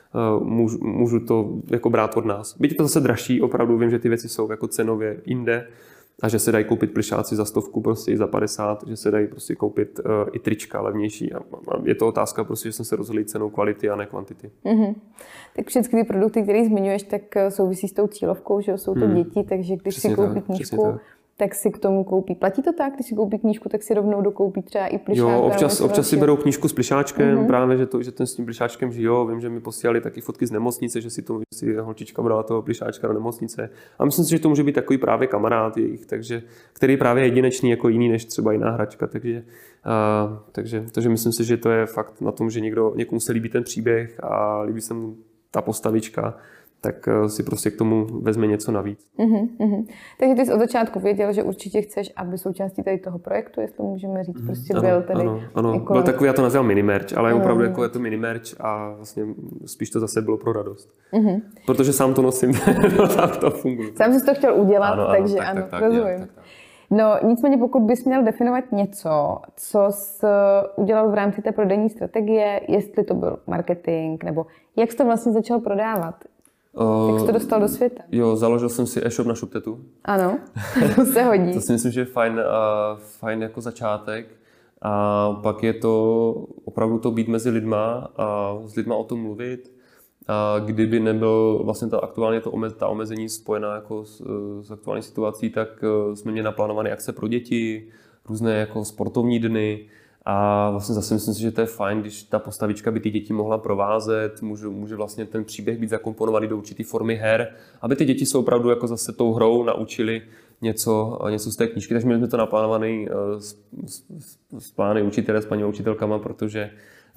B: můžu, můžu to jako brát od nás. Byť je to zase dražší, opravdu vím, že ty věci jsou jako cenově jinde a že se dají koupit plišáci za stovku, prostě i za padesát, že se dají prostě koupit uh, i trička levnější. A, a je to otázka prostě, že jsem se rozhodl cenou kvality a ne kvantity. Mm-hmm.
A: Tak všechny ty produkty, které zmiňuješ, tak souvisí s tou cílovkou, že jsou to hmm. děti, takže když přesně si koupí knížku, tak si k tomu koupí. Platí to tak, když si koupí knížku, tak si rovnou dokoupí třeba i plišák?
B: Jo, občas, občas si berou knížku s plišáčkem, mm-hmm. právě, že, to, že ten s tím plišáčkem žijou. Vím, že mi posílali taky fotky z nemocnice, že si, to, že si holčička brala toho plišáčka do nemocnice. A myslím si, že to může být takový právě kamarád jejich, takže, který je právě jedinečný jako jiný než třeba jiná hračka. Takže, a, takže, takže myslím si, že to je fakt na tom, že někdo, někomu se líbí ten příběh a líbí se mu ta postavička, tak si prostě k tomu vezme něco navíc.
A: Uh-huh, uh-huh. Takže ty jsi od začátku věděl, že určitě chceš, aby součástí tady toho projektu, jestli můžeme říct, uh-huh. prostě
B: ano,
A: byl tady...
B: Ano, ano.
A: Jako...
B: Byl takový, já to nazýval mini-merch, ale ano, opravdu jako je to mini-merch a vlastně spíš to zase bylo pro radost. Uh-huh. Protože sám to nosím, sám to funguje.
A: Sám jsi to chtěl udělat,
B: ano, ano,
A: takže
B: tak,
A: ano,
B: tak, tak,
A: rozumím.
B: tak, tak, tak.
A: No nicméně pokud bys měl definovat něco, co jsi udělal v rámci té prodejní strategie, jestli to byl marketing, nebo jak jsi to vlastně začal prodávat? Uh, Jak jsi to dostal do světa?
B: Jo, založil jsem si e-shop na ShopTetu.
A: Ano, to se hodí.
B: To si myslím, že je fajn, uh, fajn jako začátek. A pak je to opravdu to být mezi lidma a s lidma o tom mluvit. A kdyby nebyl vlastně ta aktuálně to omez, ta omezení spojená jako s, s aktuální situací, tak uh, jsme měli naplánované akce pro děti, různé jako sportovní dny. A vlastně zase myslím si, že to je fajn, když ta postavička by ty děti mohla provázet, může, může vlastně ten příběh být zakomponovaný do určité formy her, aby ty děti se opravdu jako zase tou hrou naučili něco, něco z té knížky. Takže měli jsme to naplánované s, s, s pány učitele, s paní učitelkama, protože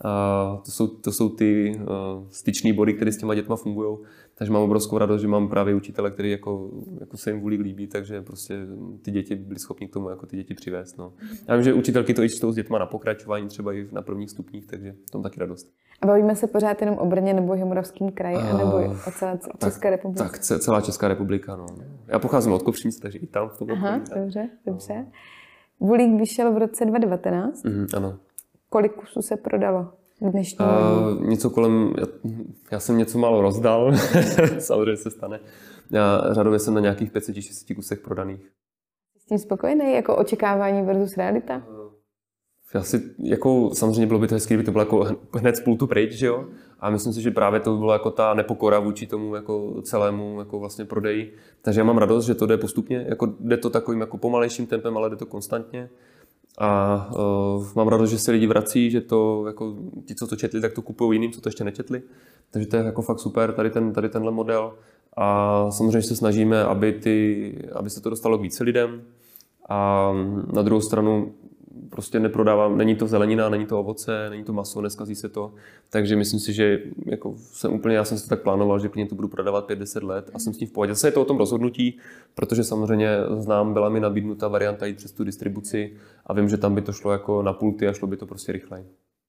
B: uh, to, jsou, to jsou ty uh, styčné body, které s těma dětma fungují. Takže mám obrovskou radost, že mám právě učitele, který jako, jako se jim vůli líbí, takže prostě ty děti byly schopni k tomu jako ty děti přivést. No. Já vím, že učitelky to i čtou s dětma na pokračování, třeba i na prvních stupních, takže tom taky radost.
A: A bavíme se pořád jenom o Brně nebo Jihomoravském kraji, uh, nebo o celé České republice?
B: Tak celá Česká republika, no. Já pocházím od Kopřivnice, takže i tam v tom
A: Aha, okolí, dobře, dobře. Vulík vyšel v roce dva tisíce devatenáct.
B: Mm, ano.
A: Kolik kusů se prodalo?
B: Uh, něco kolem, já, já jsem něco málo rozdal, samozřejmě se stane. Já řadově jsem na nějakých pět set šest set kusech prodaných.
A: Jsi s tím spokojený, jako očekávání versus realita? Uh,
B: já si, jako, samozřejmě bylo by to hezké, kdyby to bylo jako hned z pultu pryč, že jo? A myslím si, že právě to by byla jako ta nepokora vůči tomu jako celému jako vlastně prodeji. Takže já mám radost, že to jde postupně, jako jde to takovým jako pomalejším tempem, ale jde to konstantně. A uh, mám radost, že se lidi vrací, že to jako ti, co to četli, tak to kupují jiným, co to ještě nečetli. Takže to je jako fakt super, tady, ten, tady tenhle model. A samozřejmě se snažíme, aby, ty, aby se to dostalo k více lidem. A na druhou stranu prostě neprodávám, není to zelenina, není to ovoce, není to maso, neskazí se to. Takže myslím si, že jako jsem úplně, já jsem si to tak plánoval, že klidně to budu prodávat pět deset let a jsem s tím v pohodě. Zase je to o tom rozhodnutí, protože samozřejmě znám, byla mi nabídnuta varianta jít přes tu distribuci a vím, že tam by to šlo jako na pulty a šlo by to prostě rychleji.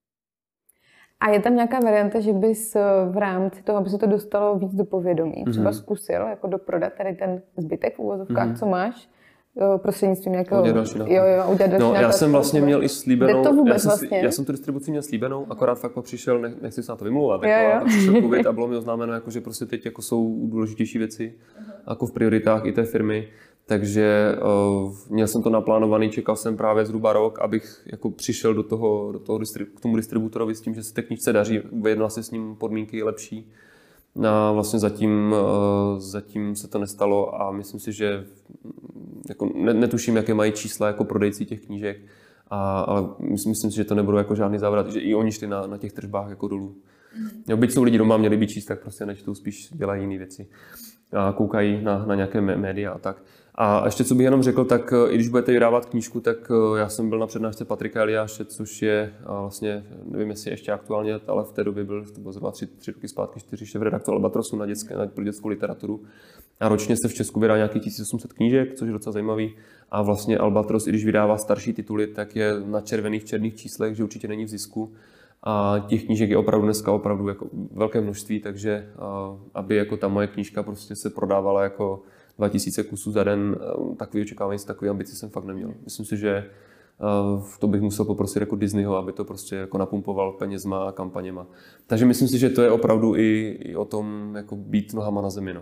B: A
A: je tam nějaká varianta, že bys v rámci toho, aby se to dostalo víc do povědomí, třeba mm-hmm. zkusil jako doprodat tady ten zbytek v uvozovkách, mm-hmm. co máš? Prostřednictvím nějakého...
B: Udělat další náklad.
A: Jo, jo, udělat další
B: no,
A: náklad.
B: Já jsem vlastně měl i slíbenou...
A: Jde to vůbec
B: já, jsem,
A: vlastně?
B: já jsem tu distribuci měl slíbenou, akorát fakt přišel, ne, nechci se na to vymlouvat, jako, přišel covid a bylo mi oznámeno, jako, že prostě teď jako jsou důležitější věci uh-huh. jako v prioritách i té firmy. Takže uh, měl jsem to naplánovaný, čekal jsem právě zhruba rok, abych jako přišel do toho, do toho distribu, k tomu distributorovi s tím, že se té knížce daří, vyjednal se s ním podmínky lepší. A vlastně zatím, zatím se to nestalo a myslím si, že jako netuším, jaké mají čísla jako prodejci těch knížek, a, ale myslím, myslím si, že to nebudou jako žádný závrat, že i oni šli na, na těch tržbách jako dolů. Mm. Byť jsou lidi doma, měli by číst, tak prostě nečtou, spíš dělají jiné věci a koukají na, na nějaké média a tak. A ještě co bych jenom řekl, tak i když budete vydávat knížku, tak já jsem byl na přednášce Patrika Eliáše, což je vlastně, nevím jestli ještě aktuálně, ale v té době byl, to bylo zhruba tři, tři roky zpátky, čtyři šéfredaktor Albatrosu na, dětské, na pro dětskou literaturu. A ročně se v Česku vydá nějakých tisíc osm set knížek, což je docela zajímavý. A vlastně Albatros, i když vydává starší tituly, tak je na červených, černých číslech, že určitě není v zisku. A těch knížek je opravdu dneska opravdu jako velké množství, takže aby jako ta moje knížka prostě se prodávala jako dva tisíce kusů za den, takový očekávání, takový ambici jsem fakt neměl. Myslím si, že to bych musel poprosit jako Disneyho, aby to prostě jako napumpoval penězma a kampaněma. Takže myslím si, že to je opravdu i, i o tom jako být nohama na zemi. No.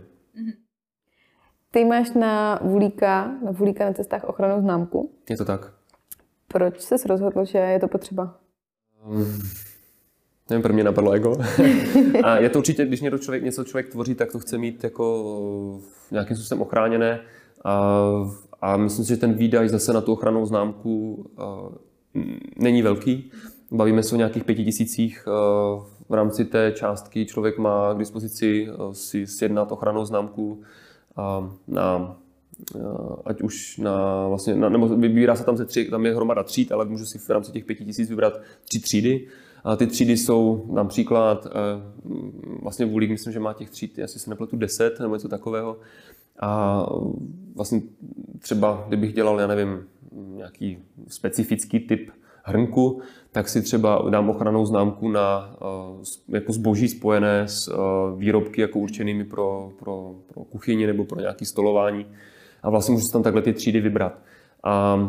A: Ty máš na Vulíka, na Vulíka na cestách ochrannou známku.
B: Je to tak.
A: Proč jsi rozhodl, že je to potřeba?
B: Um, nevím, pro mě napadlo ego. A je to určitě, když něco člověk, něco člověk tvoří, tak to chce mít jako nějakým způsobem ochráněné. A, a myslím si, že ten výdaj zase na tu ochrannou známku není velký. Bavíme se o nějakých pěti tisících. V rámci té částky člověk má k dispozici si sjednat ochrannou známku na, ať už na, vlastně, na, nebo vybírá se tam ze tři, tam je hromada tříd, ale můžu si v rámci těch pěti tisíc vybrat tři třídy. A ty třídy jsou například, vlastně Vulík, myslím, že má těch tříd, jestli se nepletu, deset nebo něco takového. A vlastně třeba, kdybych dělal, já nevím, nějaký specifický typ hrnku, tak si třeba dám ochrannou známku na jako zboží spojené s výrobky jako určenými pro, pro, pro kuchyni nebo pro nějaké stolování. A vlastně můžu si tam takhle ty třídy vybrat. A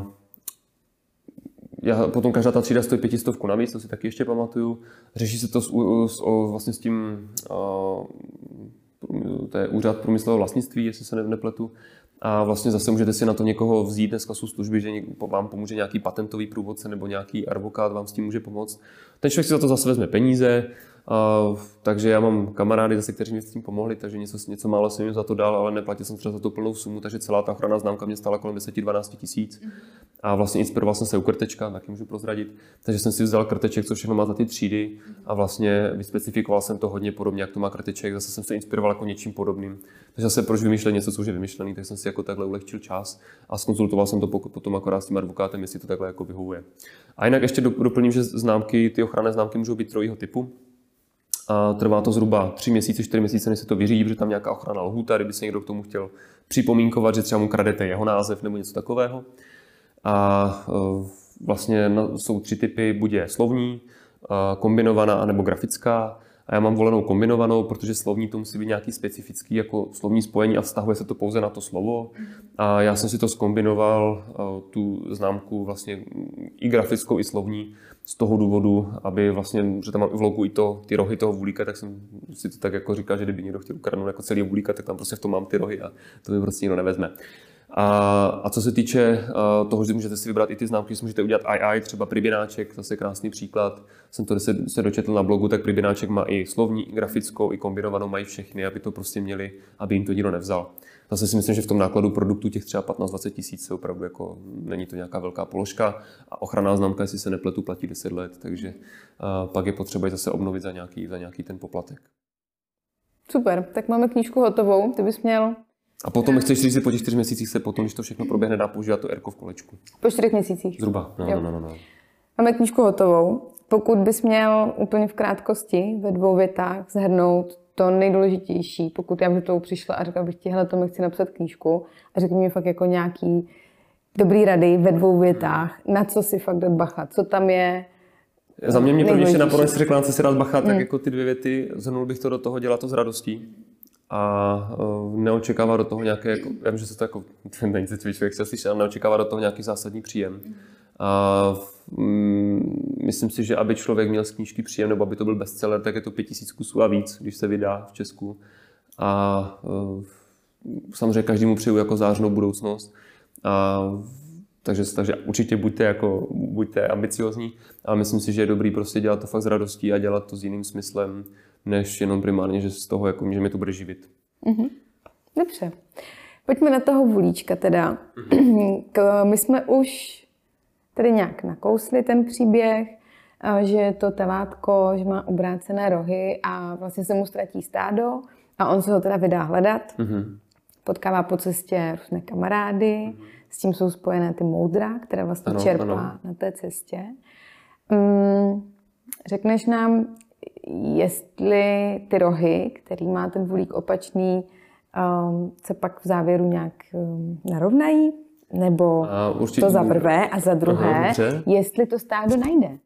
B: já, potom každá ta třída stojí pětistovku navíc, to si taky ještě pamatuju. Řeší se to s, s, vlastně s tím, to je úřad průmyslového vlastnictví, jestli se nepletu. A vlastně zase můžete si na to někoho vzít, dneska jsou služby, že vám pomůže nějaký patentový průvodce nebo nějaký advokát vám s tím může pomoct. Ten člověk si za to zase vezme peníze, a, takže já mám kamarády zase, kteří mi s tím pomohli, takže něco, něco málo jsem jim za to dal, ale neplatil jsem třeba za to plnou sumu, takže celá ta ochranná známka mě stála kolem deset až dvanáct tisíc. A vlastně inspiroval jsem se u krtečka, taky můžu prozradit, takže jsem si vzal krteček, co všechno má za ty třídy a vlastně vyspecifikoval jsem to hodně podobně, jak to má krteček, zase jsem se inspiroval jako něčím podobným. Takže zase proč vymýšlet něco, co už je vymyšlený, tak jsem si jako takhle ulehčil čas a zkonzultoval jsem to potom akorát s tím advokátem, jestli to takhle jako vyhovuje. A jinak ještě doplním, že známky, ty ochranné známky můžou být trojího typu. A trvá to zhruba tři měsíce, čtyři měsíce, než se to vyřídí, protože tam nějaká ochranná lhůta, kdyby se někdo k tomu chtěl připomínkovat, že třeba mu kradete jeho název nebo něco takového. A vlastně jsou tři typy, buď je slovní, kombinovaná nebo grafická. A já mám volenou kombinovanou, protože slovní to musí být nějaký specifický jako slovní spojení a vztahuje se to pouze na to slovo. A já jsem si to zkombinoval, tu známku vlastně i grafickou, i slovní, z toho důvodu, aby vlastně, že tam mám v logu i to, ty rohy toho Vulíka, tak jsem si to tak jako říkal, že kdyby někdo chtěl ukradnout jako celý Vulíka, tak tam prostě v tom mám ty rohy a to by prostě nikdo nevezme. A, a co se týče uh, toho, že můžete si vybrat i ty známky, že můžete udělat I I, třeba Pribináček, zase krásný příklad. Jsem to se, se dočetl na blogu, tak Pribináček má i slovní, i grafickou, i kombinovanou, mají všechny, aby to prostě měli, aby jim to nikdo nevzal. Zase si myslím, že v tom nákladu produktu těch třeba patnáct až dvacet tisíc se opravdu jako není to nějaká velká položka a ochranná známka, jestli se nepletu, platí deset let, takže uh, pak je potřeba ji zase obnovit za nějaký, za nějaký ten poplatek.
A: Super, tak máme knížku hotovou, ty bys měl.
B: A potom chceš říct, že po těch čtyřech měsících se potom, když to všechno proběhne, dá používat to erko v kolečku.
A: Po čtyřech měsících.
B: Zhruba, no, no, no, no.
A: Máme knížku hotovou. Pokud bys měl úplně v krátkosti ve dvou větách shrnout to nejdůležitější, pokud já bych to přišla a řekla bych ti, hele, to mi chci napsat knížku a řekni mi fakt jako nějaký dobrý rady ve dvou větách, na co si fakt dát bacha, co tam je.
B: Za mě mě první ještě napadlo, jestli řekla, na co si dát bacha, tak hmm. jako ty dvě věty, zhrnul bych to do toho, dělat to s radostí. A uh, neočekává do toho nějaké, jako, já vím, že se to jako, není se člověk chce slyšet, ale neočekává do toho nějaký zásadní příjem. A um, myslím si, že aby člověk měl z knížky příjem, nebo aby to byl bestseller, tak je to pět tisíc kusů a víc, když se vydá v Česku. A uh, samozřejmě každému přeju jako zářnou budoucnost. A, takže, takže určitě buďte, jako, buďte ambiciozní, ale myslím si, že je dobrý prostě dělat to fakt s radostí a dělat to s jiným smyslem, než jenom primárně, že z toho, jako, že mě to bude živit.
A: Mm-hmm. Dobře. Pojďme na toho Vulíčka teda. Mm-hmm. My jsme už tady nějak nakousli ten příběh, že je to telátko, že má obrácené rohy a vlastně se mu ztratí stádo a on se ho teda vydá hledat. Mm-hmm. Potkává po cestě různé kamarády, mm-hmm. s tím jsou spojené ty moudra, které vlastně ano, čerpá ano. na té cestě. Mm, řekneš nám, jestli ty rohy, který má ten Vulík opačný, um, se pak v závěru nějak um, narovnají? Nebo určitě, to za prvé a za druhé, aha, jestli to stádo najde?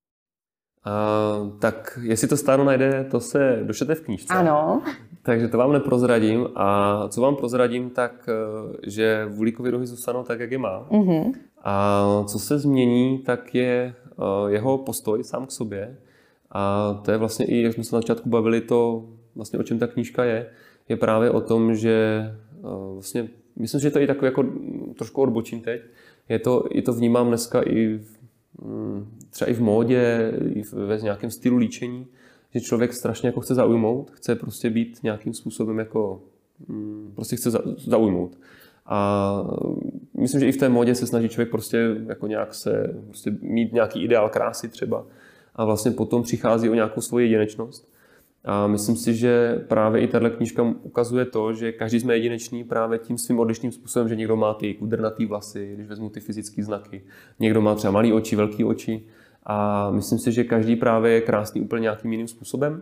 B: Uh, tak jestli to stádo najde, to se dočtete v knížce.
A: Ano.
B: Takže to vám neprozradím. A co vám prozradím, tak že Vulíkovi rohy zůstanou tak, jak je má. Uh-huh. A co se změní, tak je uh, jeho postoj sám k sobě. A to je vlastně i, jak jsme se na začátku bavili, to vlastně o čem ta knížka je, je právě o tom, že uh, vlastně, myslím, že to je i takový jako trošku odbočím teď, je to, je to vnímám dneska i v, třeba i v módě, i ve nějakém stylu líčení, že člověk strašně jako chce zaujmout, chce prostě být nějakým způsobem jako, prostě chce zaujmout. A myslím, že i v té módě se snaží člověk prostě jako nějak se, prostě mít nějaký ideál krásy třeba a vlastně potom přichází o nějakou svoji jedinečnost. A myslím si, že právě i tato knížka ukazuje to, že každý jsme jedinečný právě tím svým odlišným způsobem, že někdo má ty kudrnatý vlasy, když vezmu ty fyzické znaky, někdo má třeba malý oči, velký oči a myslím si, že každý právě je krásný úplně nějakým jiným způsobem.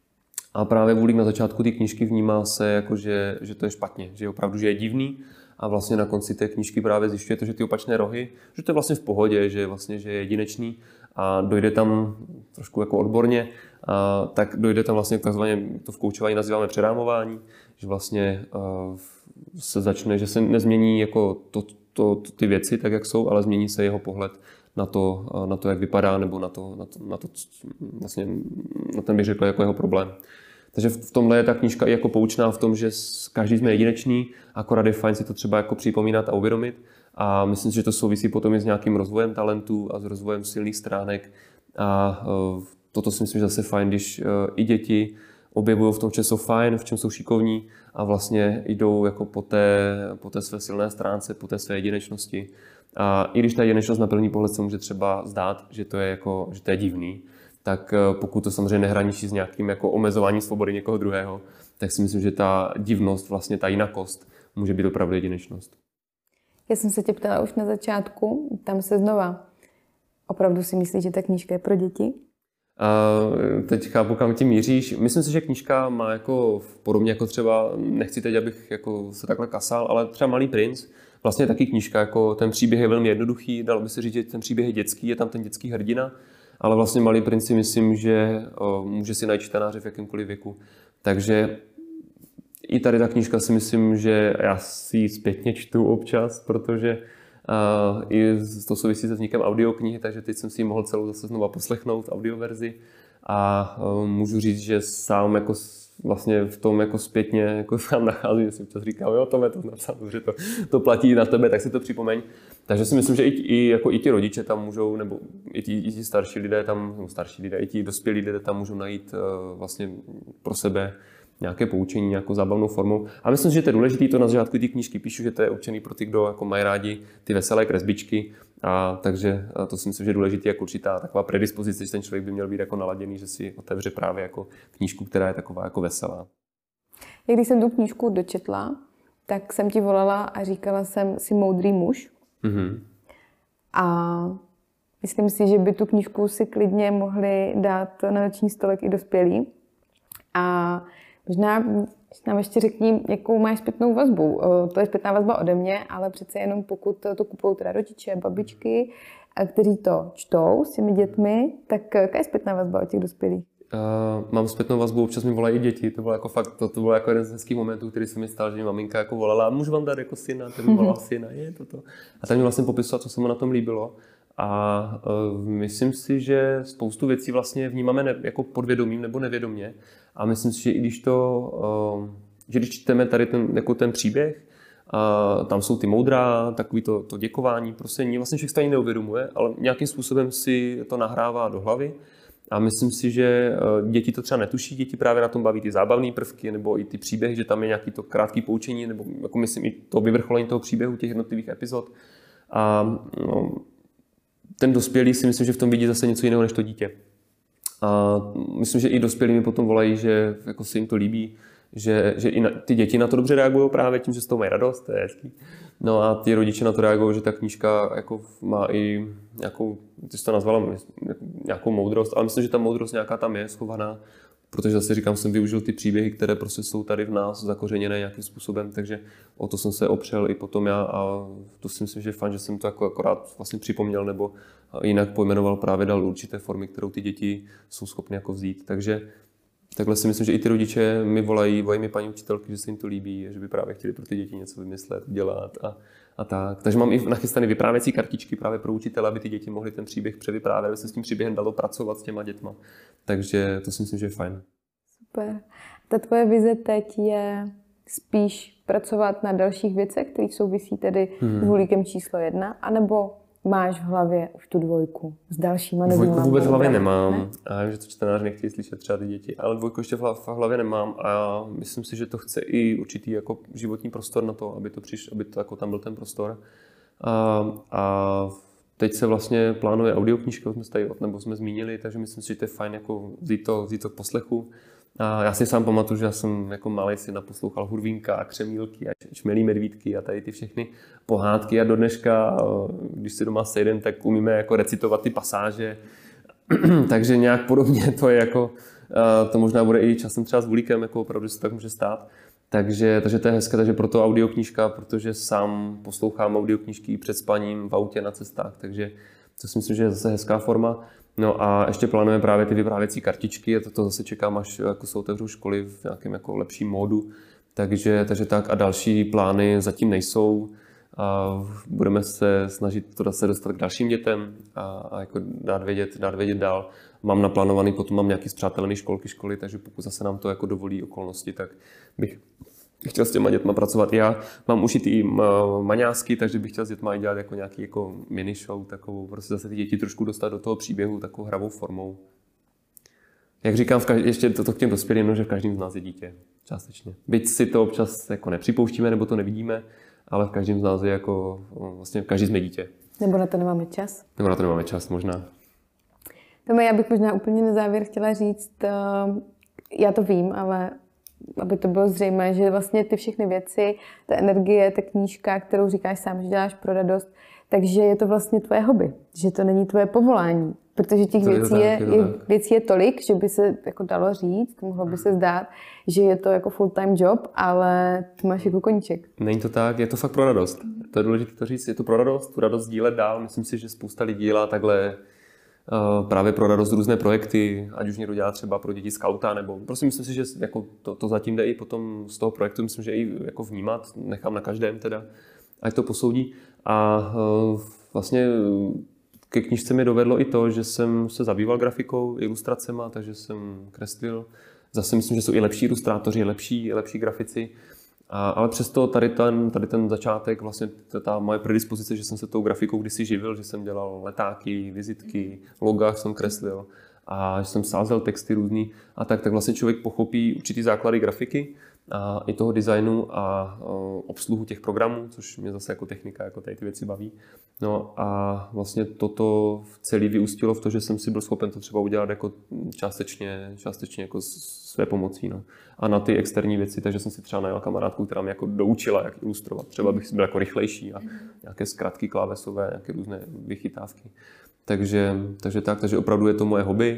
B: A právě Vulík na začátku té knížky vnímá se jako, že, že to je špatně, že opravdu že je divný a vlastně na konci té knížky právě zjišťuje to, že ty opačné rohy, že to je vlastně v pohodě, že vlastně že je jedinečný a dojde tam trošku jako odborně, a tak dojde tam vlastně takzvaně, to v koučování nazýváme přerámování, že vlastně uh, se začne, že se nezmění jako to, to, to, ty věci tak, jak jsou, ale změní se jeho pohled na to, uh, na to jak vypadá, nebo na to, na to, na to vlastně, na ten bych řekl jako jeho problém. Takže v tomhle je ta knížka i jako poučná v tom, že každý jsme jedinečný, akorát je fajn si to třeba jako připomínat a uvědomit. A myslím si, že to souvisí potom i s nějakým rozvojem talentů a s rozvojem silných stránek. A uh, toto si myslím, že zase fajn, když uh, i děti objevují v tom, čem jsou fajn, v čem jsou šikovní a vlastně jdou jako po té, po té své silné stránce, po té své jedinečnosti. A i když ta jedinečnost na první pohled se může třeba zdát, že to je, jako, že to je divný, tak pokud to samozřejmě nehraničí s nějakým jako omezováním svobody někoho druhého, tak si myslím, že ta divnost, vlastně ta jinakost, může být opravdu jedinečnost.
A: Já jsem se tě ptala už na začátku, tam se znova. Opravdu si myslíš, že ta knížka je pro děti?
B: A teď chápu, kam tím míříš. Myslím si, že knížka má jako podobně jako třeba, nechci teď, abych jako se takhle kasal, ale třeba Malý princ, vlastně je taky knížka, jako ten příběh je velmi jednoduchý, dalo by se říct, že ten příběh je dětský, je tam ten dětský hrdina, ale vlastně Malý princ si myslím, že o, může si najít čtenáře v jakémkoliv věku. Takže i tady ta knížka si myslím, že já si ji zpětně čtu občas, protože uh, i to souvisí se vznikem audioknihy, takže teď jsem si ji mohl celou zase znova poslechnout v audioverzi a uh, můžu říct, že sám jako vlastně v tom jako zpětně jako sám nacházím, že si občas říkám, jo, Tome, to napsal, že to, to platí na tebe, tak si to připomeň. Takže si myslím, že i, i, jako i ti rodiče tam můžou, nebo i ti, i ti starší lidé tam, nebo starší lidé, i ti dospělí lidé tam můžou najít uh, vlastně pro sebe nějaké poučení, nějakou zábavnou formou. A myslím, že to je důležité, to na začátku ty knížky píšu, že to je určený pro ty, kdo jako mají rádi ty veselé kresbičky. A takže a to si myslím, že je důležité jako určitá taková predispozice, že ten člověk by měl být jako naladěný, že si otevře právě jako knížku, která je taková jako veselá.
A: Jak když jsem tu knížku dočetla, tak jsem ti volala a říkala jsem si moudrý muž. Mm-hmm. A myslím si, že by tu knížku si klidně mohli dát na noční stolek i dospělí. A možná nám ještě řekni, jakou máš zpětnou vazbu. To je zpětná vazba ode mě, ale přece jenom pokud to kupují teda rodiče, babičky, kteří to čtou s těmi dětmi, tak jaká je zpětná vazba od těch dospělých?
B: Uh, mám zpětnou vazbu, občas mi volají i děti, to bylo jako fakt, to, to bylo jako jeden z hezkých momentů, který se mi stal, že mi maminka jako volala, můžu vám dát jako syna, ten mi volal syna, je toto. A tak mi vlastně popisoval, co se mu na tom líbilo. A uh, myslím si, že spoustu věcí vlastně vnímáme ne, jako podvědomím nebo nevědomě. A myslím si, že i když to, uh, že když čteme tady ten, jako ten příběh, a tam jsou ty moudrá, takový to, to děkování, prostě vlastně člověk stejně neuvědomuje, ale nějakým způsobem si to nahrává do hlavy. A myslím si, že děti to třeba netuší, děti právě na tom baví ty zábavné prvky nebo i ty příběhy, že tam je nějaký to krátký poučení, nebo jako myslím i to vyvrcholení toho příběhu, těch jednotlivých epizod. A no, ten dospělý si myslím, že v tom vidí zase něco jiného než to dítě. A myslím, že i dospělí mi potom volají, že jako se jim to líbí, že, že i na, ty děti na to dobře reagují právě tím, že z toho mají radost, to je hezký. No a ty rodiče na to reagují, že ta knížka jako má i nějakou, ty jsi to nazvala nějakou moudrost, ale myslím, že ta moudrost nějaká tam je schovaná, protože zase říkám, jsem využil ty příběhy, které prostě jsou tady v nás zakořeněné nějakým způsobem, takže o to jsem se opřel i potom já a to si myslím, že je fajn, že jsem to jako akorát vlastně připomněl nebo jinak pojmenoval, právě dal určité formy, kterou ty děti jsou schopny jako vzít, takže takhle si myslím, že i ty rodiče mi volají, volají mi paní učitelky, že se jim to líbí, že by právě chtěli pro ty děti něco vymyslet, udělat a, a tak. Takže mám i nachystané vyprávěcí kartičky právě pro učitele, aby ty děti mohly ten příběh převyprávět, aby se s tím příběhem dalo pracovat s těma dětma. Takže to si myslím, že je fajn.
A: Super. Ta tvoje vize teď je spíš pracovat na dalších věcech, které souvisí tedy hmm. s Vulíkem číslo jedna, anebo máš v hlavě už tu dvojku s dalšíma nevím.
B: Dvojku vůbec v hlavě nemám. Ne? A já vím, že to čtenáři nechtějí slyšet třeba ty děti, ale dvojku ještě v hlavě nemám a myslím si, že to chce i určitý jako životní prostor na to, aby to přiš, aby to jako tam byl ten prostor. A, a teď se vlastně plánuje audioknížka, jsme tady, nebo jsme zmínili, takže myslím si, že to je fajn jako vzít to, vzít to k poslechu. A já si sám pamatuju, že já jsem jako malý si naposlouchal Hurvínka a Křemílky a Čmelí medvídky a tady ty všechny pohádky a do dneška, když si doma sejdem, tak umíme jako recitovat ty pasáže. Takže nějak podobně to je jako, to možná bude i časem třeba s Vulíkem, jako opravdu se tak může stát. Takže, takže to je hezké, takže proto audioknížka, protože sám poslouchám audioknížky před spaním v autě na cestách, takže to si myslím, že je zase hezká forma. No a ještě plánujeme právě ty vyprávěcí kartičky a to, to zase čekám, až jako se otevřou školy v nějakém jako lepším módu. Takže, takže tak a další plány zatím nejsou. A budeme se snažit to se dostat k dalším dětem a, a jako dát vědět, dát vědět dál. Mám naplánovaný, potom mám nějaký zpřátelený školky, školy, takže pokud zase nám to jako dovolí okolnosti, tak bych chtěl s těma dětma pracovat. Já mám už i ty maňásky, takže bych chtěl s dětma dělat jako nějaký jako mini show, takovou, prostě zase ty děti trošku dostat do toho příběhu takovou hravou formou. Jak říkám, v každý, ještě to, to k těm dospělým, no, že v každém z nás je dítě, částečně. Byť si to občas jako nepřipouštíme, nebo to nevidíme, ale v každém z nás je jako, vlastně každý jsme dítě.
A: Nebo na to nemáme čas.
B: Nebo na to nemáme čas, možná.
A: Tome, já bych možná úplně na závěr chtěla říct, já to vím, ale aby to bylo zřejmé, že vlastně ty všechny věci, ta energie, ta knížka, kterou říkáš sám, že děláš pro radost, takže je to vlastně tvoje hobby, že to není tvoje povolání. Protože těch věcí je, je, je, věcí je tolik, že by se jako dalo říct, mohlo by se zdát, že je to jako full-time job, ale ty máš jako koníček.
B: Není to tak, je to fakt pro radost. To je důležité to říct, je to pro radost, tu radost dílet dál. Myslím si, že spousta lidí dělá takhle uh, právě pro radost různé projekty, ať už někdo dělá třeba pro děti skauta, nebo prostě myslím si, že jako to, to zatím jde i potom z toho projektu, myslím, že i jako vnímat, nechám na každém teda, ať to posoudí. A uh, vlastně ke knížce mi dovedlo i to, že jsem se zabýval grafikou, ilustracema, takže jsem kreslil. Zase myslím, že jsou i lepší ilustrátoři, lepší, lepší grafici. A, ale přesto tady ten, tady ten začátek, vlastně ta moje predispozice, že jsem se tou grafikou kdysi živil, že jsem dělal letáky, vizitky, loga jsem kreslil a že jsem sázel texty různý a tak, tak vlastně člověk pochopí určitý základy grafiky a i toho designu a obsluhu těch programů, což mě zase jako technika, jako tady ty věci baví. No a vlastně toto celé vyústilo v to, že jsem si byl schopen to třeba udělat jako částečně, částečně jako své pomocí. No. A na ty externí věci, takže jsem si třeba najal kamarádku, která mě jako doučila, jak ilustrovat. Třeba bych byl jako rychlejší a nějaké zkratky klávesové, nějaké různé vychytávky. Takže, takže tak, takže opravdu je to moje hobby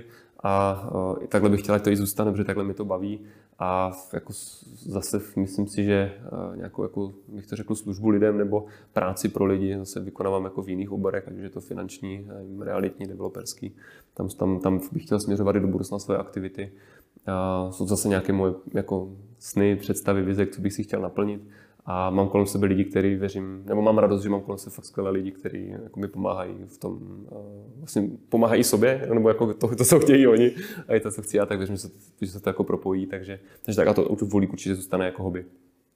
B: a uh, takhle bych chtěla, ať to i zůstane, protože takhle mi to baví a jako zase myslím si, že uh, nějakou, jako, bych to řekl, službu lidem nebo práci pro lidi zase vykonávám jako v jiných oborech, ať už je to finanční, realitní, developerský. Tam, tam, tam bych chtěl směřovat i do budoucna své aktivity. Uh, jsou zase nějaké moje jako sny, představy, vize, co bych si chtěl naplnit. A mám kolem sebe lidi, který věřím, nebo mám radost, že mám kolem sebe fakt skvělé lidi, kteří jako mi pomáhají v tom, vlastně pomáhají i sobě, nebo jako to, to co chtějí oni a i to, co chci já, tak věřím, že se, že se to jako propojí, takže, takže tak a to Vulík určitě zůstane jako hobby.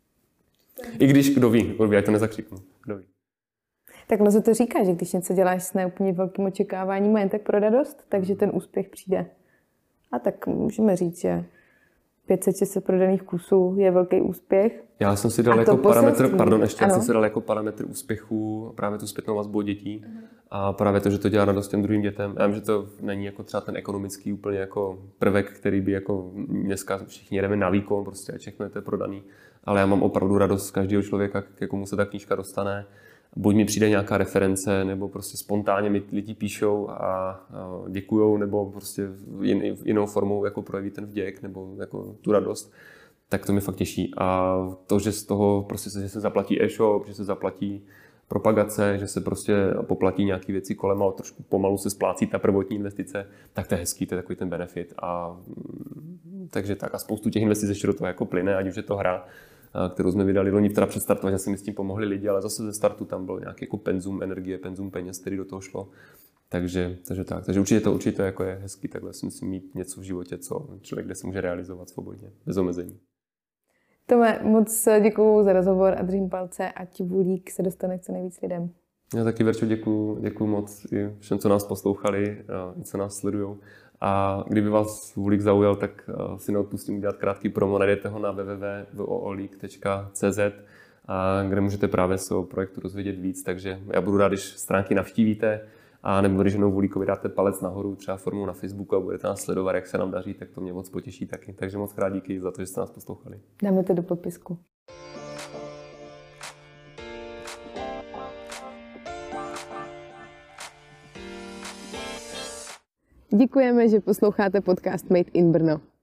B: I když, kdo ví, kdo ví, já to nezakřiknu, kdo ví.
A: Tak ono se to říká, že když něco děláš s neúplně velkým očekáváním a jen tak pro radost, takže ten úspěch přijde. A tak můžeme říct, že pět set šest set prodaných kusů je velký úspěch.
B: Já jsem si dal jako parametr, pardon, ještě já jsem si dal jako parametr úspěchu právě tu zpětnou vazbu dětí a právě to, že to dělá radost těm druhým dětem. Já vím, že to není jako třeba ten ekonomický úplně jako prvek, který by jako dneska všichni jedeme na výkon, prostě a všechno je to prodaný, ale já mám opravdu radost z každého člověka, k komu se ta knížka dostane. Buď mi přijde nějaká reference, nebo prostě spontánně mi lidi píšou a děkujou, nebo prostě jin, jinou formou jako projeví ten vděk, nebo jako tu radost, tak to mě fakt těší. A to, že z toho prostě se, že se zaplatí e-shop, že se zaplatí propagace, že se prostě poplatí nějaké věci kolem, ale trošku pomalu se splácí ta prvotní investice, tak to je hezký, to je takový ten benefit. A, takže tak a spoustu těch investic ještě do toho jako plyne, ať už je to hra, kterou jsme vydali loni teda předstartovat, že si mi s tím pomohli lidi, ale zase ze startu tam byl nějaký jako penzum energie, penzum peněz, který do toho šlo. Takže, takže tak, takže určitě to, určitě to jako je hezký, takhle si myslím mít něco v životě, co člověk, kde se může realizovat svobodně, bez omezení.
A: Tome, moc děkuju za rozhovor a držím palce, ať Vulík se dostane k co nejvíc lidem.
B: Já taky, Verčo, děkuju, děkuju moc i všem, co nás poslouchali, i co nás sledujou. A kdyby vás Vulík zaujal, tak si neodpustím udělat krátký promo, najdete ho na w w w tečka v o o league tečka c z a kde můžete právě se o projektu dozvědět víc, takže já budu rád, když stránky navštívíte a nebo když jenom Vulíkovi dáte palec nahoru třeba formou na Facebooku a budete nás sledovat, jak se nám daří, tak to mě moc potěší taky. Takže moc krát díky za to, že jste nás poslouchali.
A: Dáme to do popisku. Děkujeme, že posloucháte podcast Made in Brno.